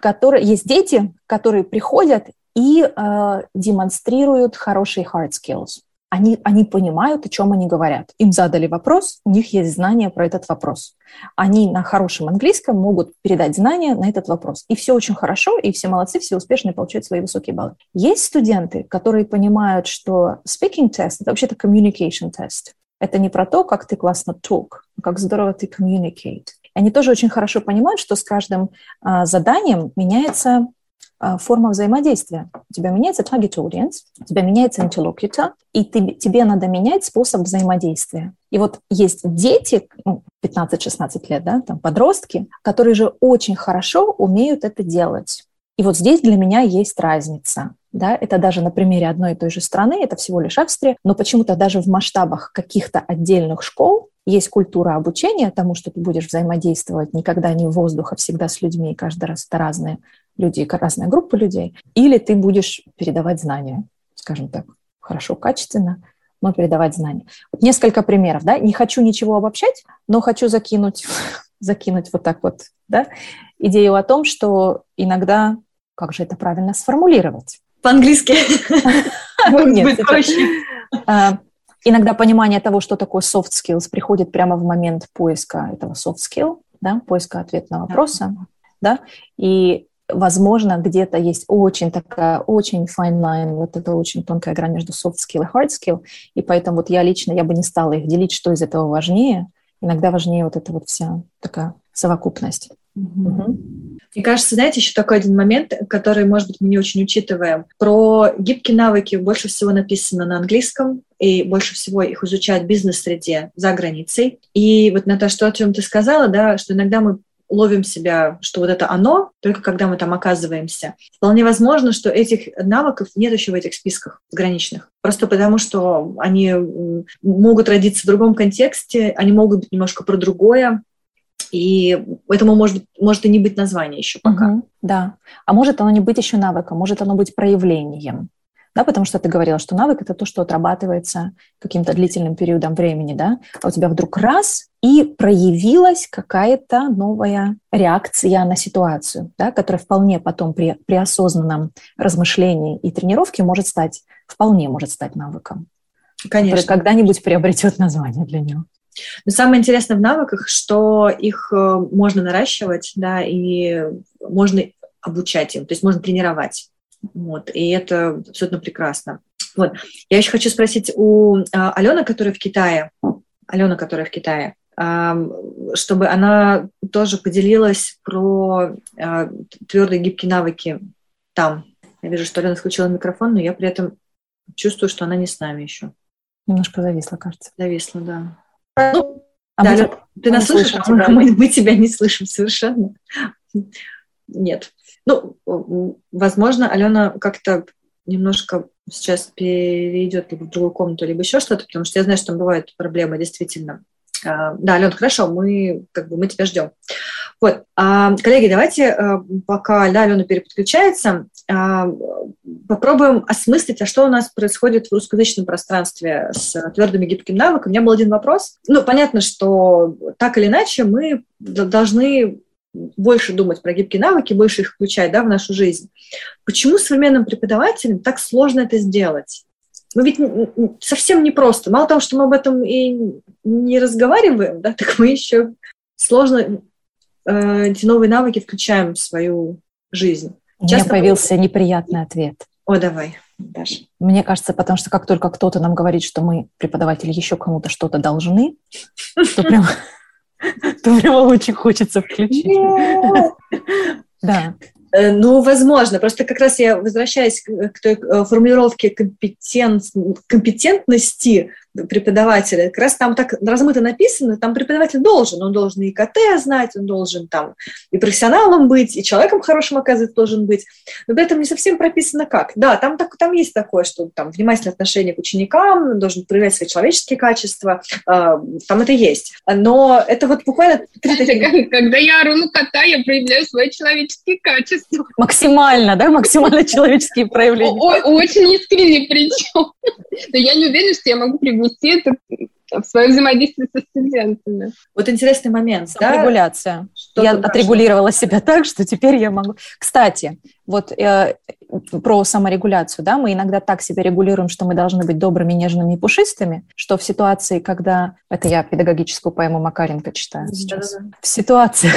дети, которые приходят и демонстрируют хорошие hard skills. Они понимают, о чем они говорят. Им задали вопрос, у них есть знания про этот вопрос. Они на хорошем английском могут передать знания на этот вопрос. И все очень хорошо, и все молодцы, все успешные, получают свои высокие баллы. Есть студенты, которые понимают, что speaking test – это вообще-то communication test. Это не про то, как ты классно talk, а как здорово ты communicate. Они тоже очень хорошо понимают, что с каждым заданием меняется форма взаимодействия. У тебя меняется target audience, у тебя меняется interlocutor, и тебе надо менять способ взаимодействия. И вот есть дети, 15-16 лет, да, там подростки, которые же очень хорошо умеют это делать. И вот здесь для меня есть разница. Да, это даже на примере одной и той же страны, это всего лишь Австрия, но почему-то даже в масштабах каких-то отдельных школ есть культура обучения тому, что ты будешь взаимодействовать никогда не в воздухе, а всегда с людьми, и каждый раз это разные люди, разная группа людей, или ты будешь передавать знания, скажем так, хорошо, качественно, но передавать знания. Вот несколько примеров, да, не хочу ничего обобщать, но хочу закинуть вот так вот, да, идею о том, что иногда, как же это правильно сформулировать? По-английски. Нет, иногда понимание того, что такое soft skills, приходит прямо в момент поиска этого soft skill, да, поиска ответа на вопросы, да, и, возможно, где-то есть очень fine line, вот это очень тонкая грань между soft skill и hard skill, и поэтому вот я бы не стала их делить, что из этого важнее. Иногда важнее вот эта вот вся такая совокупность. Мне кажется, знаете, еще такой один момент, который, может быть, мы не очень учитываем. Про гибкие навыки больше всего написано на английском, и больше всего их изучают в бизнес-среде за границей. И вот, Наташа, то, о чем ты сказала, да, что иногда мы ловим себя, что вот это оно, только когда мы там оказываемся. Вполне возможно, что этих навыков нет еще в этих списках заграничных. Просто потому, что они могут родиться в другом контексте, они могут быть немножко про другое, и этому может и не быть названия еще пока. Да, а может оно не быть еще навыком, может оно быть проявлением. Да, потому что ты говорила, что навык – это то, что отрабатывается каким-то длительным периодом времени, да, а у тебя вдруг раз и проявилась какая-то новая реакция на ситуацию, да, которая вполне потом при осознанном размышлении и тренировке вполне может стать навыком. Конечно. Который когда-нибудь приобретет название для него. Но самое интересное в навыках, что их можно наращивать, да, и можно обучать им, то есть можно тренировать. Вот, и это абсолютно прекрасно. Вот. Я еще хочу спросить у Алены, которая в Китае, чтобы она тоже поделилась про твердые гибкие навыки там. Я вижу, что Алена включила микрофон, но я при этом чувствую, что она не с нами еще. Немножко зависла, кажется. Зависла, да. Ты нас слышишь, а мы тебя не слышим совершенно. Нет. Ну, возможно, Алена как-то немножко сейчас перейдет либо в другую комнату, либо еще что-то, потому что я знаю, что там бывают проблемы действительно. Да, Алена, хорошо, мы тебя ждем. Вот, коллеги, давайте, пока Алена переподключается, попробуем осмыслить, а что у нас происходит в русскоязычном пространстве с твердым и гибким навыком. У меня был один вопрос. Ну, понятно, что так или иначе мы должны больше думать про гибкие навыки, больше их включать, да, в нашу жизнь. Почему современным преподавателям так сложно это сделать? Ну, ведь совсем непросто. Мало того, что мы об этом и не разговариваем, да, так мы еще сложно эти новые навыки включаем в свою жизнь. У меня появился неприятный ответ. О, давай, Даша. Мне кажется, потому что как только кто-то нам говорит, что мы, преподаватели, еще кому-то что-то должны, то прямо очень хочется включить. Да. Ну, возможно. Просто как раз я возвращаюсь к той формулировке компетентности преподавателя. Как раз там так размыто написано, там преподаватель должен. Он должен и КТ знать, он должен там и профессионалом быть, и человеком хорошим, оказывается, должен быть. Но при этом не совсем прописано как. Да, там есть такое, что там внимательное отношение к ученикам, должен проявлять свои человеческие качества. Там это есть. Но это вот буквально... Когда я ору на кота, я проявляю свои человеческие качества. Максимально, да? Максимально человеческие проявления. Очень искренне причем. Но я не уверена, что я могу привнести это в свое взаимодействие со студентами. Вот интересный момент. Саморегуляция. Да? Я отрегулировала себя так, что теперь я могу... Кстати, вот про саморегуляцию, да, мы иногда так себя регулируем, что мы должны быть добрыми, нежными и пушистыми, что в ситуации, когда... Это я педагогическую поэму Макаренко читаю сейчас. Да-да-да. В ситуациях,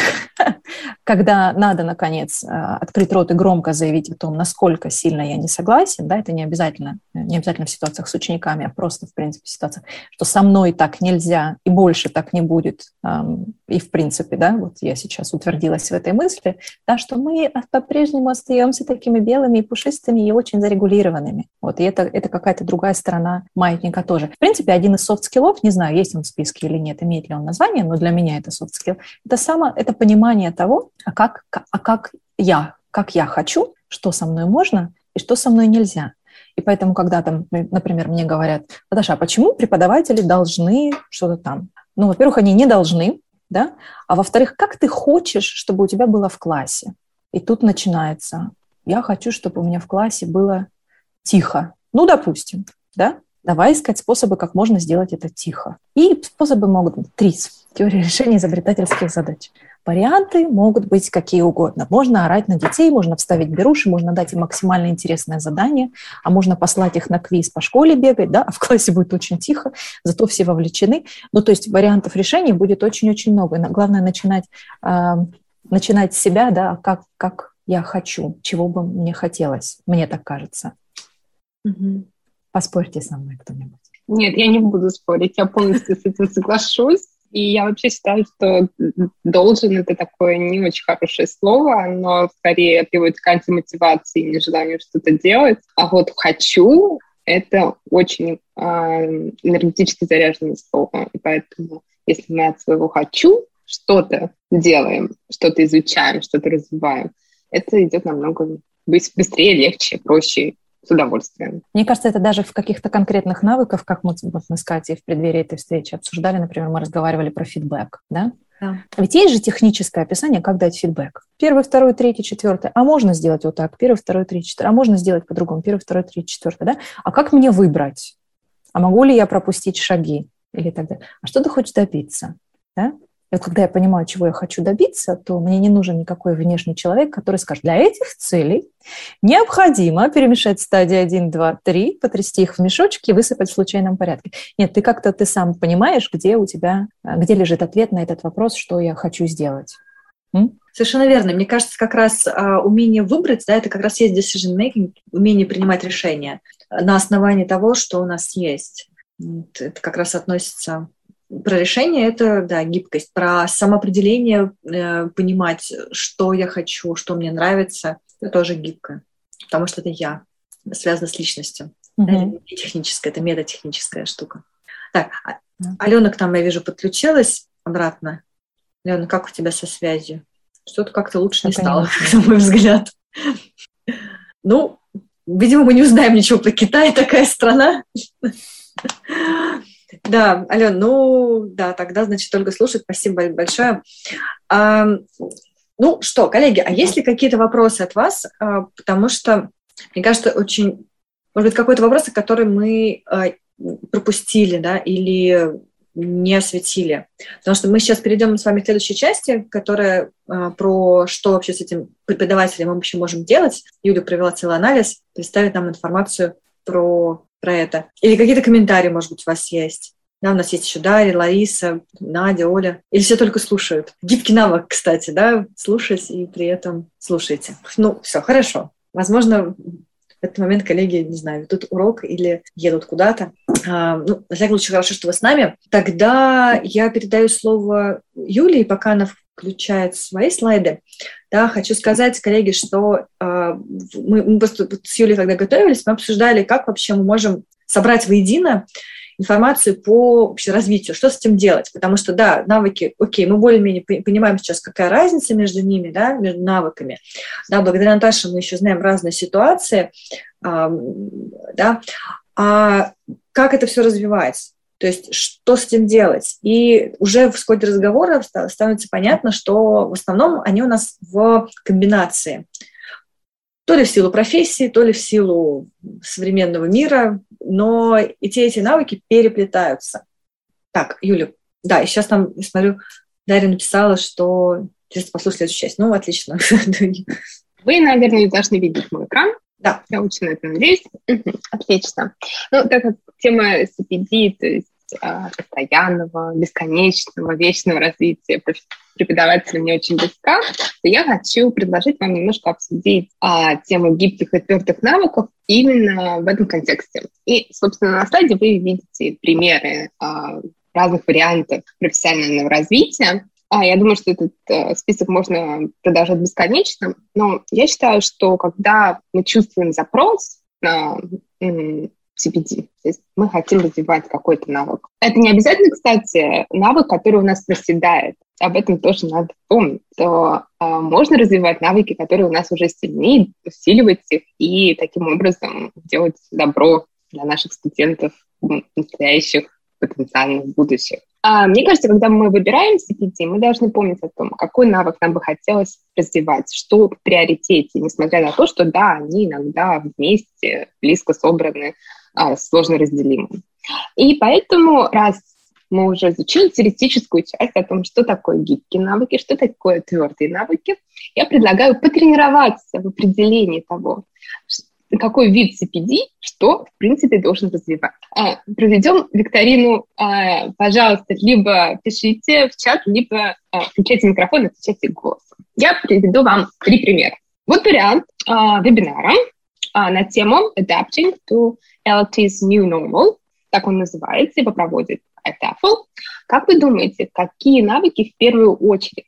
когда надо, наконец, открыть рот и громко заявить о том, насколько сильно я не согласен, да, это не обязательно в ситуациях с учениками, а просто, в принципе, в ситуациях, что со мной так нельзя и больше так не будет. И, в принципе, да, вот я сейчас утвердилась в этой мысли, да, что мы по-прежнему остаемся такими белыми и пушистыми и очень зарегулированными. Вот, и это какая-то другая сторона маятника тоже. В принципе, один из софт-скиллов, не знаю, есть он в списке или нет, имеет ли он название, но для меня это софт-скилл, это понимание того, как я хочу, что со мной можно и что со мной нельзя. И поэтому, когда там, например, мне говорят: Даша, а почему преподаватели должны что-то там? Ну, во-первых, они не должны, да? А во-вторых, как ты хочешь, чтобы у тебя было в классе? И тут начинается: я хочу, чтобы у меня в классе было тихо. Ну, допустим, да? Давай искать способы, как можно сделать это тихо. И способы могут быть ТРИЗ, теория решения изобретательских задач. Варианты могут быть какие угодно. Можно орать на детей, можно вставить беруши, можно дать им максимально интересное задание, а можно послать их на квиз по школе бегать, да, а в классе будет очень тихо, зато все вовлечены. Ну, то есть вариантов решений будет очень-очень много. И главное начинать с себя, да, как я хочу, чего бы мне хотелось, мне так кажется. Угу. Поспорьте со мной кто-нибудь. Нет, я не буду спорить, я полностью с этим соглашусь. И я вообще считаю, что «должен» — это такое не очень хорошее слово, оно скорее приводит к антимотивации и нежеланию что-то делать. А вот «хочу» — это очень энергетически заряженное слово. И поэтому, если мы от своего «хочу» что-то делаем, что-то изучаем, что-то развиваем, это идет намного быстрее, легче, проще, с удовольствием. Мне кажется, это даже в каких-то конкретных навыках, как мы с Катей в преддверии этой встречи обсуждали, например, мы разговаривали про фидбэк, да? Да. Ведь есть же техническое описание, как дать фидбэк. 1, 2, 3, 4. А можно сделать вот так. 1, 2, 3, 4. А можно сделать по-другому. 1, 2, 3, 4. Да? А как мне выбрать? А могу ли я пропустить шаги? Или так далее. А что ты хочешь добиться? Да? И вот когда я понимаю, чего я хочу добиться, то мне не нужен никакой внешний человек, который скажет: для этих целей необходимо перемешать стадии 1, 2, 3, потрясти их в мешочки и высыпать в случайном порядке. Нет, ты сам понимаешь, где лежит ответ на этот вопрос, что я хочу сделать. Совершенно верно. Мне кажется, как раз умение выбрать, да, это как раз есть decision-making, умение принимать решения на основании того, что у нас есть. Это как раз относится... Про решение — это, да, гибкость. Про самоопределение, понимать, что я хочу, что мне нравится, это тоже гибко. Потому что это я, связано с личностью. Это не техническая, это метатехническая штука. Так, Алена к нам, я вижу, подключилась. обратно. Лена, как у тебя со связью? Что-то как-то лучше не стало, на мой взгляд. Ну, видимо, мы не узнаем ничего про Китай, такая страна. Да, Ален, ну, да, тогда, значит, Ольга слушает. Спасибо большое. Ну что, коллеги, а есть ли какие-то вопросы от вас? Потому что, мне кажется, очень... Может быть, какой-то вопрос, который мы пропустили, да, или не осветили. Потому что мы сейчас перейдем с вами к следующей части, которая про что вообще с этим преподавателем мы вообще можем делать. Юля провела целый анализ, представит нам информацию про это. Или какие-то комментарии, может быть, у вас есть. Да, у нас есть еще Дарья, Лариса, Надя, Оля. Или все только слушают. Гибкий навык, кстати, да, слушать и при этом слушайте. Ну, все, хорошо. Возможно, в этот момент коллеги, не знаю, ведут урок или едут куда-то. Ну, на всякий случай, хорошо, что вы с нами. Тогда я передаю слово Юле, пока она включает свои слайды. Да, хочу сказать, коллеги, что мы просто с Юлей, когда готовились, мы обсуждали, как вообще мы можем собрать воедино информацию по вообще развитию, что с этим делать. Потому что, да, навыки, окей, мы более-менее понимаем сейчас, какая разница между ними, да, между навыками. Да, благодаря Наташе мы еще знаем разные ситуации, да, а как это все развивается, то есть что с этим делать. И уже в ходе разговора становится понятно, что в основном они у нас в комбинации. То ли в силу профессии, то ли в силу современного мира, но и эти навыки переплетаются. Так, Юля, да, и сейчас там, я смотрю, Дарья написала, что... Сейчас послушаю следующую часть. Ну, отлично. Вы, наверное, должны видеть мой экран. Да. Я очень на это надеюсь. Отлично. Ну, так как тема CPD, то есть постоянного, бесконечного, вечного развития преподавателя мне очень близка, то я хочу предложить вам немножко обсудить тему гибких и твердых навыков именно в этом контексте. И, собственно, на слайде вы видите примеры разных вариантов профессионального развития. Я думаю, что этот список можно продолжать бесконечно, но я считаю, что когда мы чувствуем запрос на CPD, то есть мы хотим развивать какой-то навык. Это не обязательно, кстати, навык, который у нас проседает. Об этом тоже надо помнить, что можно развивать навыки, которые у нас уже сильны, усиливать их и таким образом делать добро для наших студентов, настоящих, потенциальных, будущих. Мне кажется, когда мы выбираем CPD, мы должны помнить о том, какой навык нам бы хотелось развивать, что в приоритете, несмотря на то, что, да, они иногда вместе, близко собраны, сложно разделимы. И поэтому, раз мы уже изучили теоретическую часть о том, что такое гибкие навыки, что такое твердые навыки, я предлагаю потренироваться в определении того, какой вид CPD, что, в принципе, должен развивать. Проведем викторину, пожалуйста, либо пишите в чат, либо включайте микрофон и отвечайте голосом. Я приведу вам 3 примера. Вот вариант вебинара на тему Adapting to LT's New Normal, так он называется, его проводит ITAFL. Как вы думаете, какие навыки в первую очередь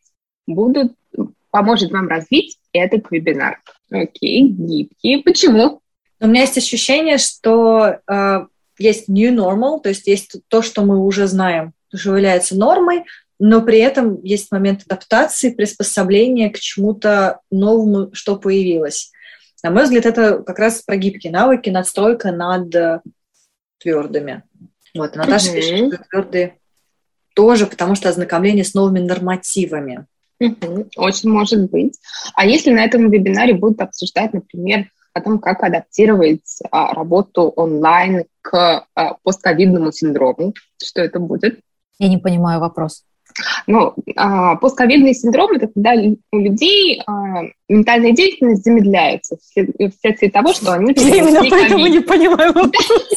поможет вам развить этот вебинар? Окей, гибкие. Почему? У меня есть ощущение, что есть new normal, то есть есть то, что мы уже знаем, что является нормой, но при этом есть момент адаптации, приспособления к чему-то новому, что появилось. На мой взгляд, это как раз про гибкие навыки, надстройка над твердыми. Вот, Наташа пишет, что твердые тоже, потому что ознакомление с новыми нормативами. Очень может быть. А если на этом вебинаре будут обсуждать, например, о том, как адаптировать работу онлайн к постковидному синдрому, что это будет? Я не понимаю вопрос. Ну, постковидный синдром – это когда у людей ментальная деятельность замедляется вследствие того, что они... Я именно поэтому не понимаю вопрос.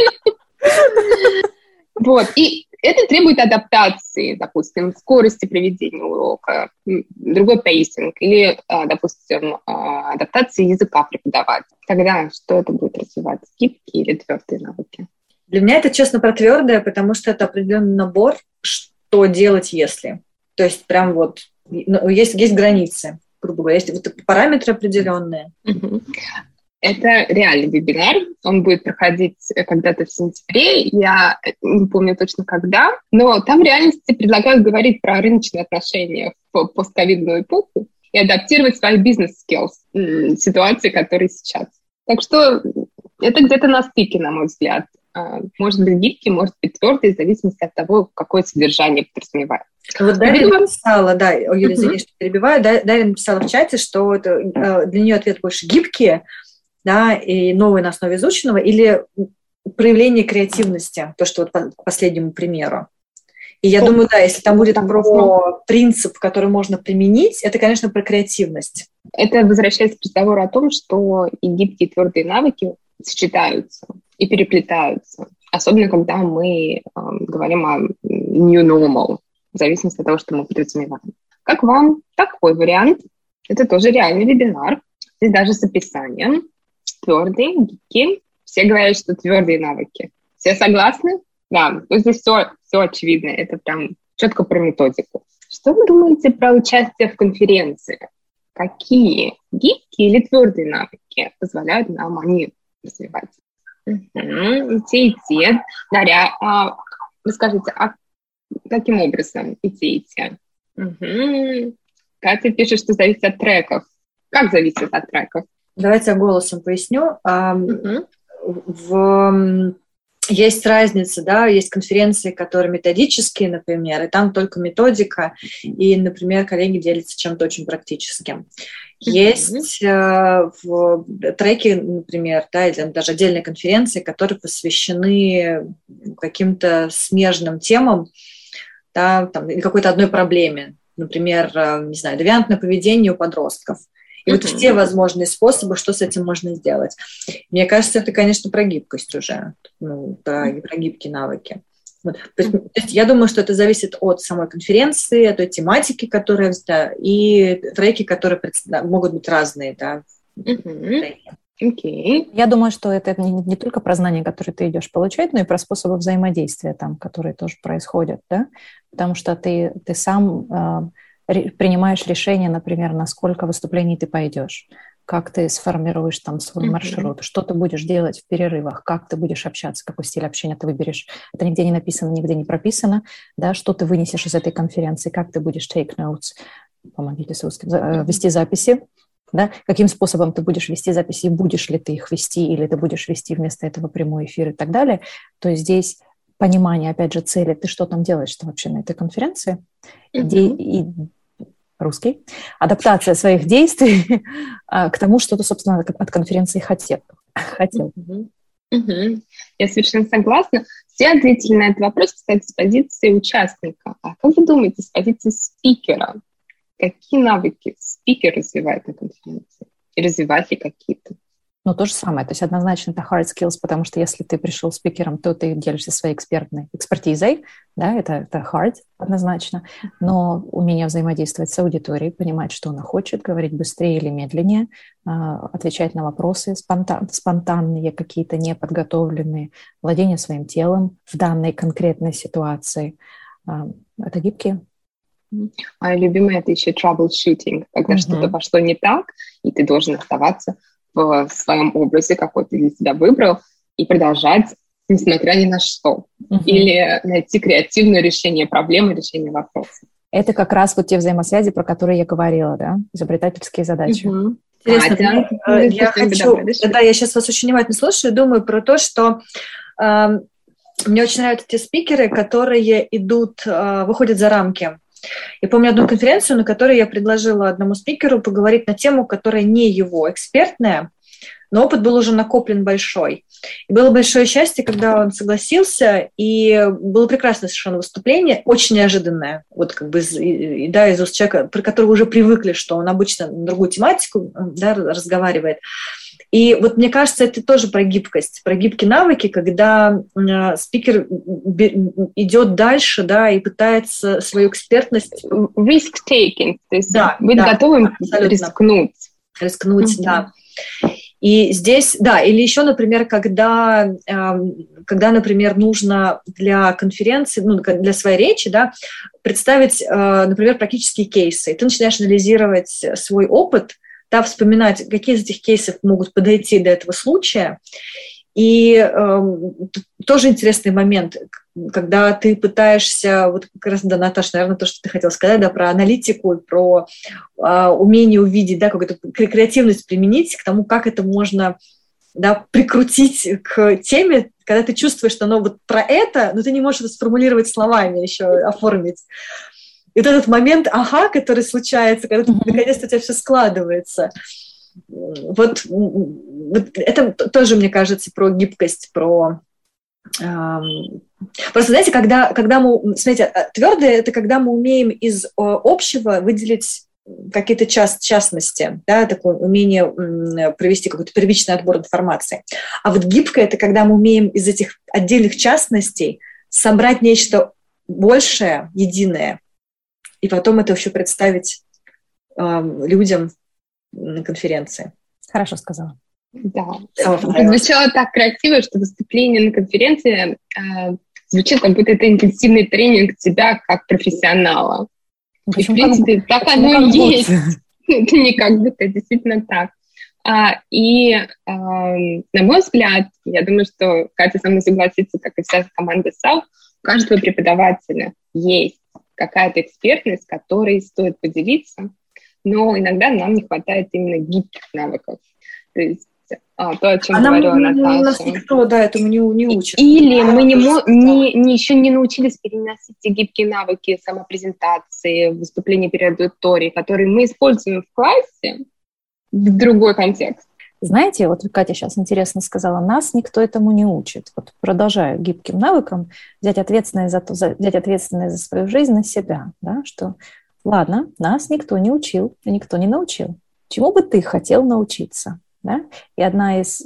Вот, и это требует адаптации, допустим, скорости проведения урока, другой пейсинг или, допустим, адаптации языка преподавать. Тогда что это будет развивать? Гибкие или твердые навыки? Для меня это, честно, про твердое, потому что это определенный набор, что делать, если. То есть прям вот есть границы, грубо говоря, есть вот параметры определенные. Это реальный вебинар, он будет проходить когда-то в сентябре, я не помню точно когда, но там в реальности предлагают говорить про рыночные отношения в постковидную эпоху и адаптировать свои бизнес-скиллс ситуации, которые сейчас. Так что это где-то на стыке, на мой взгляд. Может быть гибкий, может быть твердый, в зависимости от того, какое содержание подразумевает. Вот Дарья написала, да, Юля, извини, что перебиваю, Дарья написала в чате, что это, для нее ответ больше гибкие, да, и новые на основе изученного, или проявление креативности, то, что вот по последнему примеру. И я думаю, да, если там будет про принцип, который можно применить, это, конечно, про креативность. Это возвращается к разговору о том, что и гибкие, и твердые навыки сочетаются и переплетаются. Особенно, когда мы говорим о new normal, в зависимости от того, что мы подразумеваем. Как вам такой вариант? Это тоже реальный вебинар. Здесь даже с описанием. Твердые, гибкие. Все говорят, что твердые навыки. Все согласны? Да, здесь все очевидно. Это прям четко про методику. Что вы думаете про участие в конференции? Какие гибкие или твердые навыки позволяют нам они развивать? И те. Дарья, расскажите, каким образом и те? Катя пишет, что зависит от треков. Как зависит от треков? Давайте я голосом поясню. Есть разница, да, есть конференции, которые методические, например, и там только методика, и, например, коллеги делятся чем-то очень практическим. Есть треки, например, да, или даже отдельные конференции, которые посвящены каким-то смежным темам, да, там, или какой-то одной проблеме, например, не знаю, девиантное поведение у подростков. И вот все возможные способы, что с этим можно сделать. Мне кажется, это, конечно, про гибкость уже, про гибкие навыки. Вот. То есть я думаю, что это зависит от самой конференции, от той тематики, которая, да, и треки, которые могут быть разные. Да, Okay. Я думаю, что это не только про знания, которые ты идешь получать, но и про способы взаимодействия, там, которые тоже происходят, да? Потому что ты сам принимаешь решение, например, на сколько выступлений ты пойдешь, как ты сформируешь там свой маршрут, что ты будешь делать в перерывах, как ты будешь общаться, какой стиль общения ты выберешь. Это нигде не написано, нигде не прописано, да, что ты вынесешь из этой конференции, как ты будешь take notes, помогите с русским, вести записи, да, каким способом ты будешь вести записи, будешь ли ты их вести, или ты будешь вести вместо этого прямой эфир и так далее. То есть здесь понимание, опять же, цели, ты что там делаешь-то вообще на этой конференции, и русский, адаптация своих действий к тому, что ты, собственно, от конференции хотел. Я совершенно согласна. Все ответили на этот вопрос, кстати, с позиции участника. А как вы думаете, с позиции спикера? Какие навыки спикер развивает на конференции? И развивать ли какие-то? Ну, то же самое. То есть однозначно это hard skills, потому что если ты пришел спикером, то ты делишься своей экспертизой, да, это hard однозначно, но умение взаимодействовать с аудиторией, понимать, что она хочет, говорить быстрее или медленнее, отвечать на вопросы спонтанные, какие-то неподготовленные, владение своим телом в данной конкретной ситуации. Это гибкие. А любимое это еще troubleshooting, когда что-то пошло не так, и ты должен оставаться в своем образе, какой ты для себя выбрал, и продолжать, несмотря ни на что. Или найти креативное решение проблемы, решение вопроса. Это как раз вот те взаимосвязи, про которые я говорила, да? Изобретательские задачи. Интересно, я сейчас вас очень внимательно слушаю, думаю про то, что мне очень нравятся те спикеры, которые выходят за рамки. Я помню одну конференцию, на которой я предложила одному спикеру поговорить на тему, которая не его экспертная, но опыт был уже накоплен большой. И было большое счастье, когда он согласился, и было прекрасное совершенно выступление, очень неожиданное, вот как бы из уст человека, про которого уже привыкли, что он обычно на другую тематику, да, разговаривает. И вот мне кажется, это тоже про гибкость, про гибкие навыки, когда спикер идет дальше, да, и пытается свою экспертность... Risk-taking, то есть быть готовым рискнуть. Да. И здесь, да, или еще, например, когда, например, нужно для конференции, для своей речи, да, представить, например, практические кейсы. И ты начинаешь анализировать свой опыт, да, вспоминать, какие из этих кейсов могут подойти до этого случая. И тоже интересный момент, когда ты пытаешься, вот как раз, да, Наташа, наверное, то, что ты хотела сказать, да, про аналитику, про умение увидеть, да, какую-то креативность применить к тому, как это можно, да, прикрутить к теме, когда ты чувствуешь, что оно вот про это, но ты не можешь это сформулировать словами, еще оформить. И вот этот момент, который случается, когда наконец-то у тебя все складывается. Вот это тоже, мне кажется, про гибкость, про... Просто, знаете, когда мы... Смотрите, твердое – это когда мы умеем из общего выделить какие-то частности, да, такое умение провести какой-то первичный отбор информации. А вот гибкое – это когда мы умеем из этих отдельных частностей собрать нечто большее, единое, и потом это еще представить людям на конференции. Хорошо сказала. Да. Звучало так красиво, что выступление на конференции звучит, как будто это интенсивный тренинг тебя как профессионала. И, в принципе, так оно и есть. Это не как будто, действительно так. И, на мой взгляд, я думаю, что Катя со мной согласится, как и вся команда SELF, у каждого преподавателя есть какая-то экспертность, которой стоит поделиться, но иногда нам не хватает именно гибких навыков. То есть то, о чем говорила Наташа. Нас никто, да, этому не учит. Или мы еще не научились переносить те гибкие навыки самопрезентации, выступления перед аудиторией, которые мы используем в классе в другой контекст. Знаете, вот Катя сейчас интересно сказала, нас никто этому не учит. Вот продолжаю гибким навыкам взять ответственность за свою жизнь на себя, да, что ладно, нас никто не учил, и никто не научил. Чему бы ты хотел научиться? Да? И одна из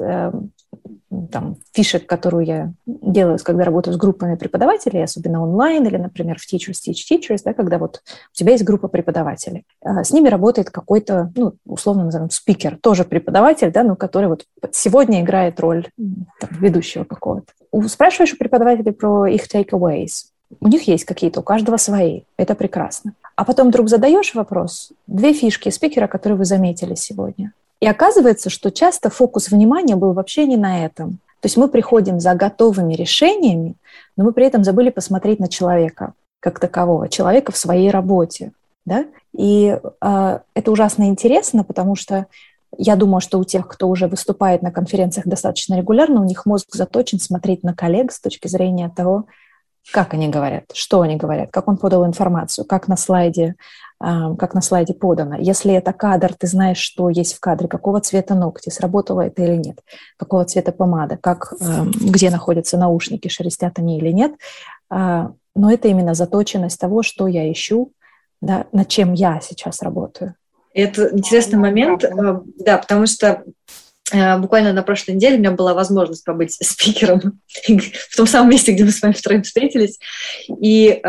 фишек, которую я делаю, когда работаю с группами преподавателей, особенно онлайн или, например, в Teachers Teach Teachers, да, когда вот у тебя есть группа преподавателей, с ними работает какой-то, условно назовем, спикер, тоже преподаватель, да, который вот сегодня играет роль ведущего какого-то. Спрашиваешь у преподавателей про их takeaways. У них есть какие-то, у каждого свои. Это прекрасно. А потом вдруг задаешь вопрос, 2 фишки спикера, которые вы заметили сегодня. И оказывается, что часто фокус внимания был вообще не на этом. То есть мы приходим за готовыми решениями, но мы при этом забыли посмотреть на человека как такового, человека в своей работе. Да? И это ужасно интересно, потому что я думаю, что у тех, кто уже выступает на конференциях достаточно регулярно, у них мозг заточен смотреть на коллег с точки зрения того, как они говорят, что они говорят, как он подал информацию, как на слайде подано. Если это кадр, ты знаешь, что есть в кадре, какого цвета ногти, сработало это или нет, какого цвета помада, где находятся наушники, шелестят они или нет. Но это именно заточенность того, что я ищу, да, над чем я сейчас работаю. Это интересный момент, да, потому что буквально на прошлой неделе у меня была возможность побыть спикером в том самом месте, где мы с вами втроем встретились. И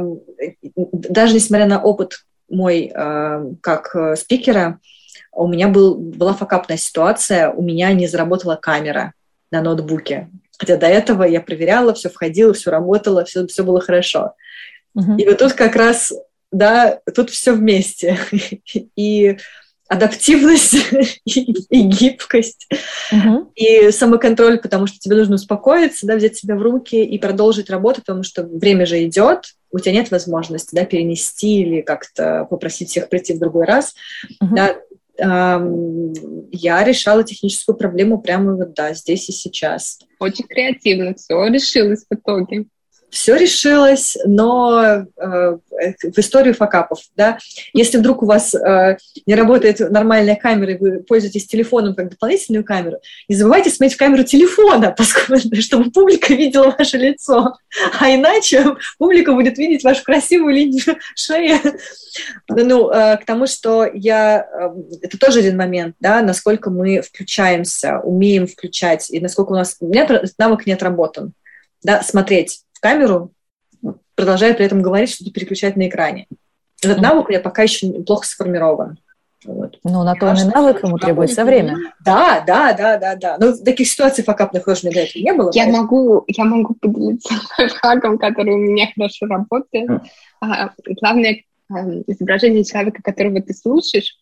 даже несмотря на опыт мой как спикера, у меня была факапная ситуация, у меня не заработала камера на ноутбуке. Хотя до этого я проверяла, все входило, все работало, все было хорошо. И вот тут как раз, да, тут все вместе. И адаптивность, и гибкость, и самоконтроль, потому что тебе нужно успокоиться, да, взять себя в руки и продолжить работу, потому что время же идет, у тебя нет возможности, да, перенести или как-то попросить всех прийти в другой раз. Да, я решала техническую проблему прямо вот, да, здесь и сейчас. Очень креативно, все решилось в итоге. Все решилось, но в историю факапов, да. Если вдруг у вас не работает нормальная камера, и вы пользуетесь телефоном как дополнительную камеру, не забывайте смотреть в камеру телефона, чтобы публика видела ваше лицо. А иначе публика будет видеть вашу красивую линию шеи. К тому, что это тоже один момент, да, насколько мы включаемся, умеем включать, и насколько у меня этот навык не отработан, да, смотреть в камеру, продолжая при этом говорить, что-то переключать на экране. Этот навык у меня пока еще плохо сформирован. Вот. Ну, на то он и навык, ему требуется время. Да. Но таких ситуаций факапных тоже у меня до этого не было. Я могу поделиться факом, который у меня хорошо работает. Главное, изображение человека, которого ты слушаешь,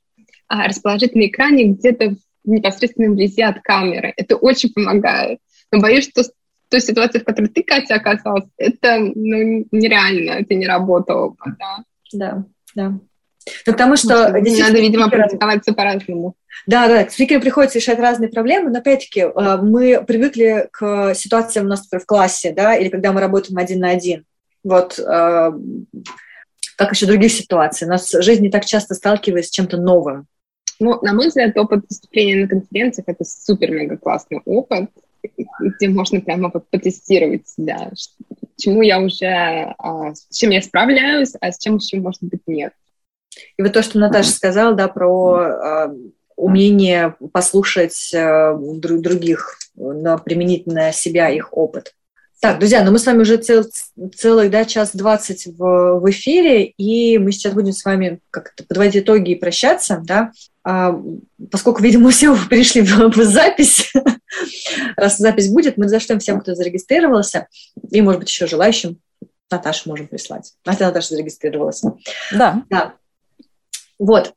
расположить на экране где-то непосредственно вблизи от камеры. Это очень помогает. Но боюсь, что той ситуации, в которой ты, Катя, оказалась, это нереально, это не работало. Да. Ну, потому что надо, видимо, практиковаться по-разному. Да, спикерам приходится решать разные проблемы, но, опять-таки, мы привыкли к ситуациям у нас, например, в классе, да, или когда мы работаем 1 на 1. Вот, как еще других ситуаций. У нас жизнь не так часто сталкивается с чем-то новым. Ну, на мой взгляд, опыт выступления на конференциях – это супер-мега-классный опыт, где можно прямо потестировать себя, чему я уже, с чем я справляюсь, а с чем еще, может быть, нет. И вот то, что Наташа сказала, да, про умение послушать других, но применить на себя их опыт. Так, друзья, мы с вами уже целый час 20 в эфире, и мы сейчас будем с вами как-то подводить итоги и прощаться, да, поскольку, видимо, все перешли в запись. Раз запись будет, мы зашлем всем, кто зарегистрировался, и, может быть, еще желающим Наташу можем прислать. Наташа зарегистрировалась. Да. Вот.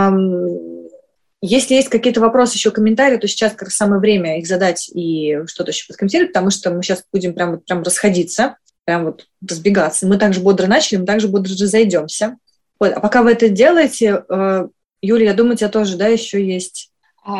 Если есть какие-то вопросы, еще комментарии, то сейчас как раз самое время их задать и что-то еще подкомментировать, потому что мы сейчас будем прям расходиться, прям вот разбегаться. Мы так же бодро начали, мы так же бодро разойдемся. Вот. А пока вы это делаете, Юля, я думаю, у тебя тоже, да, еще есть...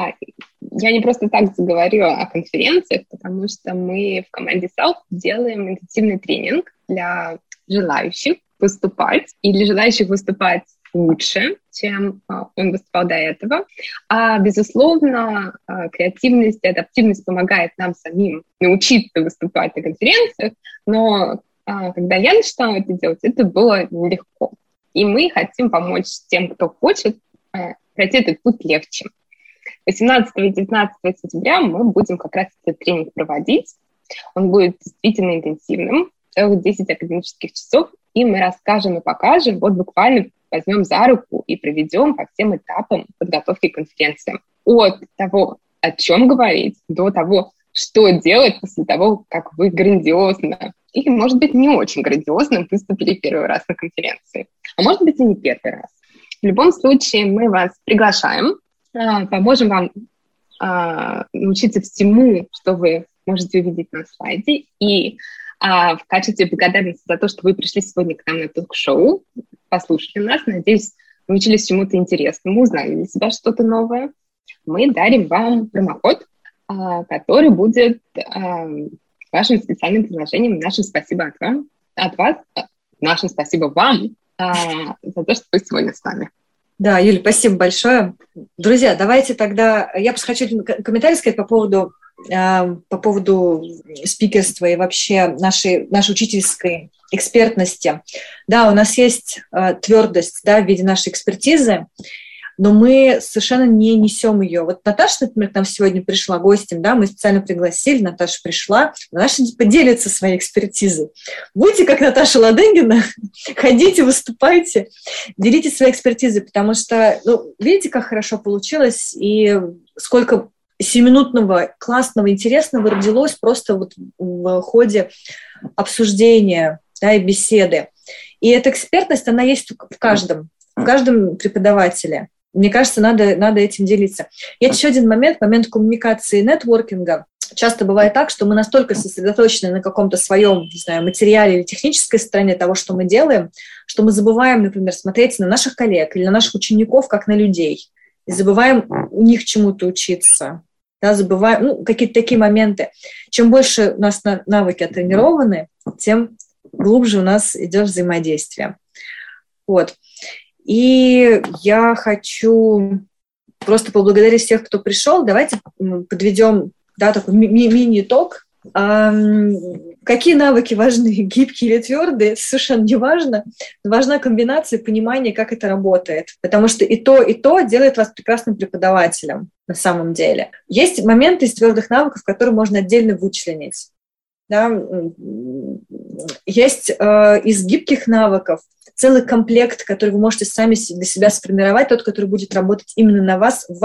Я не просто так заговорю о конференциях, потому что мы в команде Self делаем интенсивный тренинг для желающих выступать, и для желающих выступать лучше, чем он выступал до этого. Безусловно, креативность и адаптивность помогает нам самим научиться выступать на конференциях, но когда я начала это делать, это было нелегко. И мы хотим помочь тем, кто хочет, пройти этот путь легче. 18 и 19 сентября мы будем как раз этот тренинг проводить. Он будет действительно интенсивным, целых 10 академических часов, и мы расскажем и покажем, вот буквально возьмем за руку и проведем по всем этапам подготовки к конференциям. От того, о чем говорить, до того, что делать после того, как вы грандиозно или, может быть, не очень грандиозно выступили первый раз на конференции. А может быть, и не первый раз. В любом случае, мы вас приглашаем, поможем вам научиться всему, что вы можете увидеть на слайде, и в качестве благодарности за то, что вы пришли сегодня к нам на ток-шоу, послушали нас, надеюсь, научились чему-то интересному, узнали для себя что-то новое, мы дарим вам промокод, который будет вашим специальным предложением. Нашим спасибо от вас, нашим спасибо вам за то, что вы сегодня с нами. Да, Юля, спасибо большое. Друзья, давайте тогда... Я просто хочу комментарий сказать по поводу спикерства и вообще нашей учительской экспертности. Да, у нас есть твердость, да, в виде нашей экспертизы, но мы совершенно не несем ее. Вот Наташа, например, к нам сегодня пришла гостем, да, мы специально пригласили, Наташа пришла, Наташа поделится своей экспертизой. Будьте как Наташа Ладыгина, ходите, выступайте, делитесь своей экспертизой, потому что, видите, как хорошо получилось, и сколько 7-минутного, классного, интересного родилось просто вот в ходе обсуждения, да, и беседы. И эта экспертность, она есть в каждом преподавателе. Мне кажется, надо этим делиться. Есть еще один момент коммуникации и нетворкинга. Часто бывает так, что мы настолько сосредоточены на каком-то своем, не знаю, материале или технической стороне того, что мы делаем, что мы забываем, например, смотреть на наших коллег или на наших учеников, как на людей. И забываем у них чему-то учиться. Да, забываем, какие-то такие моменты. Чем больше у нас навыки оттренированы, тем глубже у нас идет взаимодействие. Вот. И я хочу просто поблагодарить всех, кто пришел. Давайте подведем, да, такой мини-итог. Какие навыки важны, гибкие или твердые, совершенно не важно. Важна комбинация понимания, как это работает. Потому что и то делает вас прекрасным преподавателем на самом деле. Есть моменты из твердых навыков, которые можно отдельно вычленить. Да? Есть из гибких навыков целый комплект, который вы можете сами для себя сформировать, тот, который будет работать именно на вас, в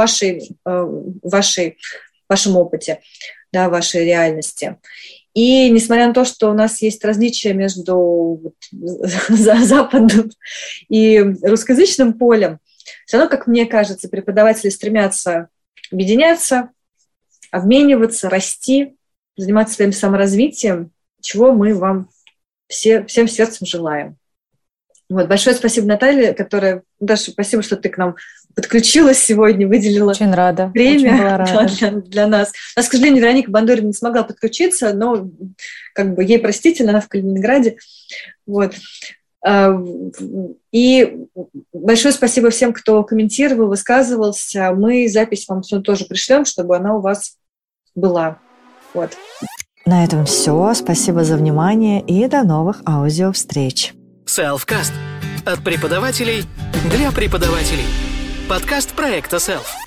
вашем опыте, да, в вашей реальности. И несмотря на то, что у нас есть различия между западным и русскоязычным полем, Все равно, как мне кажется, преподаватели стремятся объединяться, обмениваться, расти, заниматься своим саморазвитием, чего мы вам всем сердцем желаем. Вот, большое спасибо, Наталья, которая... Даша, спасибо, что ты к нам подключилась сегодня, выделила очень рада. время для нас. У нас, к сожалению, Вероника Бандурина не смогла подключиться, но как бы ей простительно, она в Калининграде. Вот. И большое спасибо всем, кто комментировал, высказывался. Мы запись вам все тоже пришлем, чтобы она у вас была. Вот. На этом все. Спасибо за внимание и до новых аудиовстреч. Selfcast. От преподавателей для преподавателей. Подкаст проекта Self.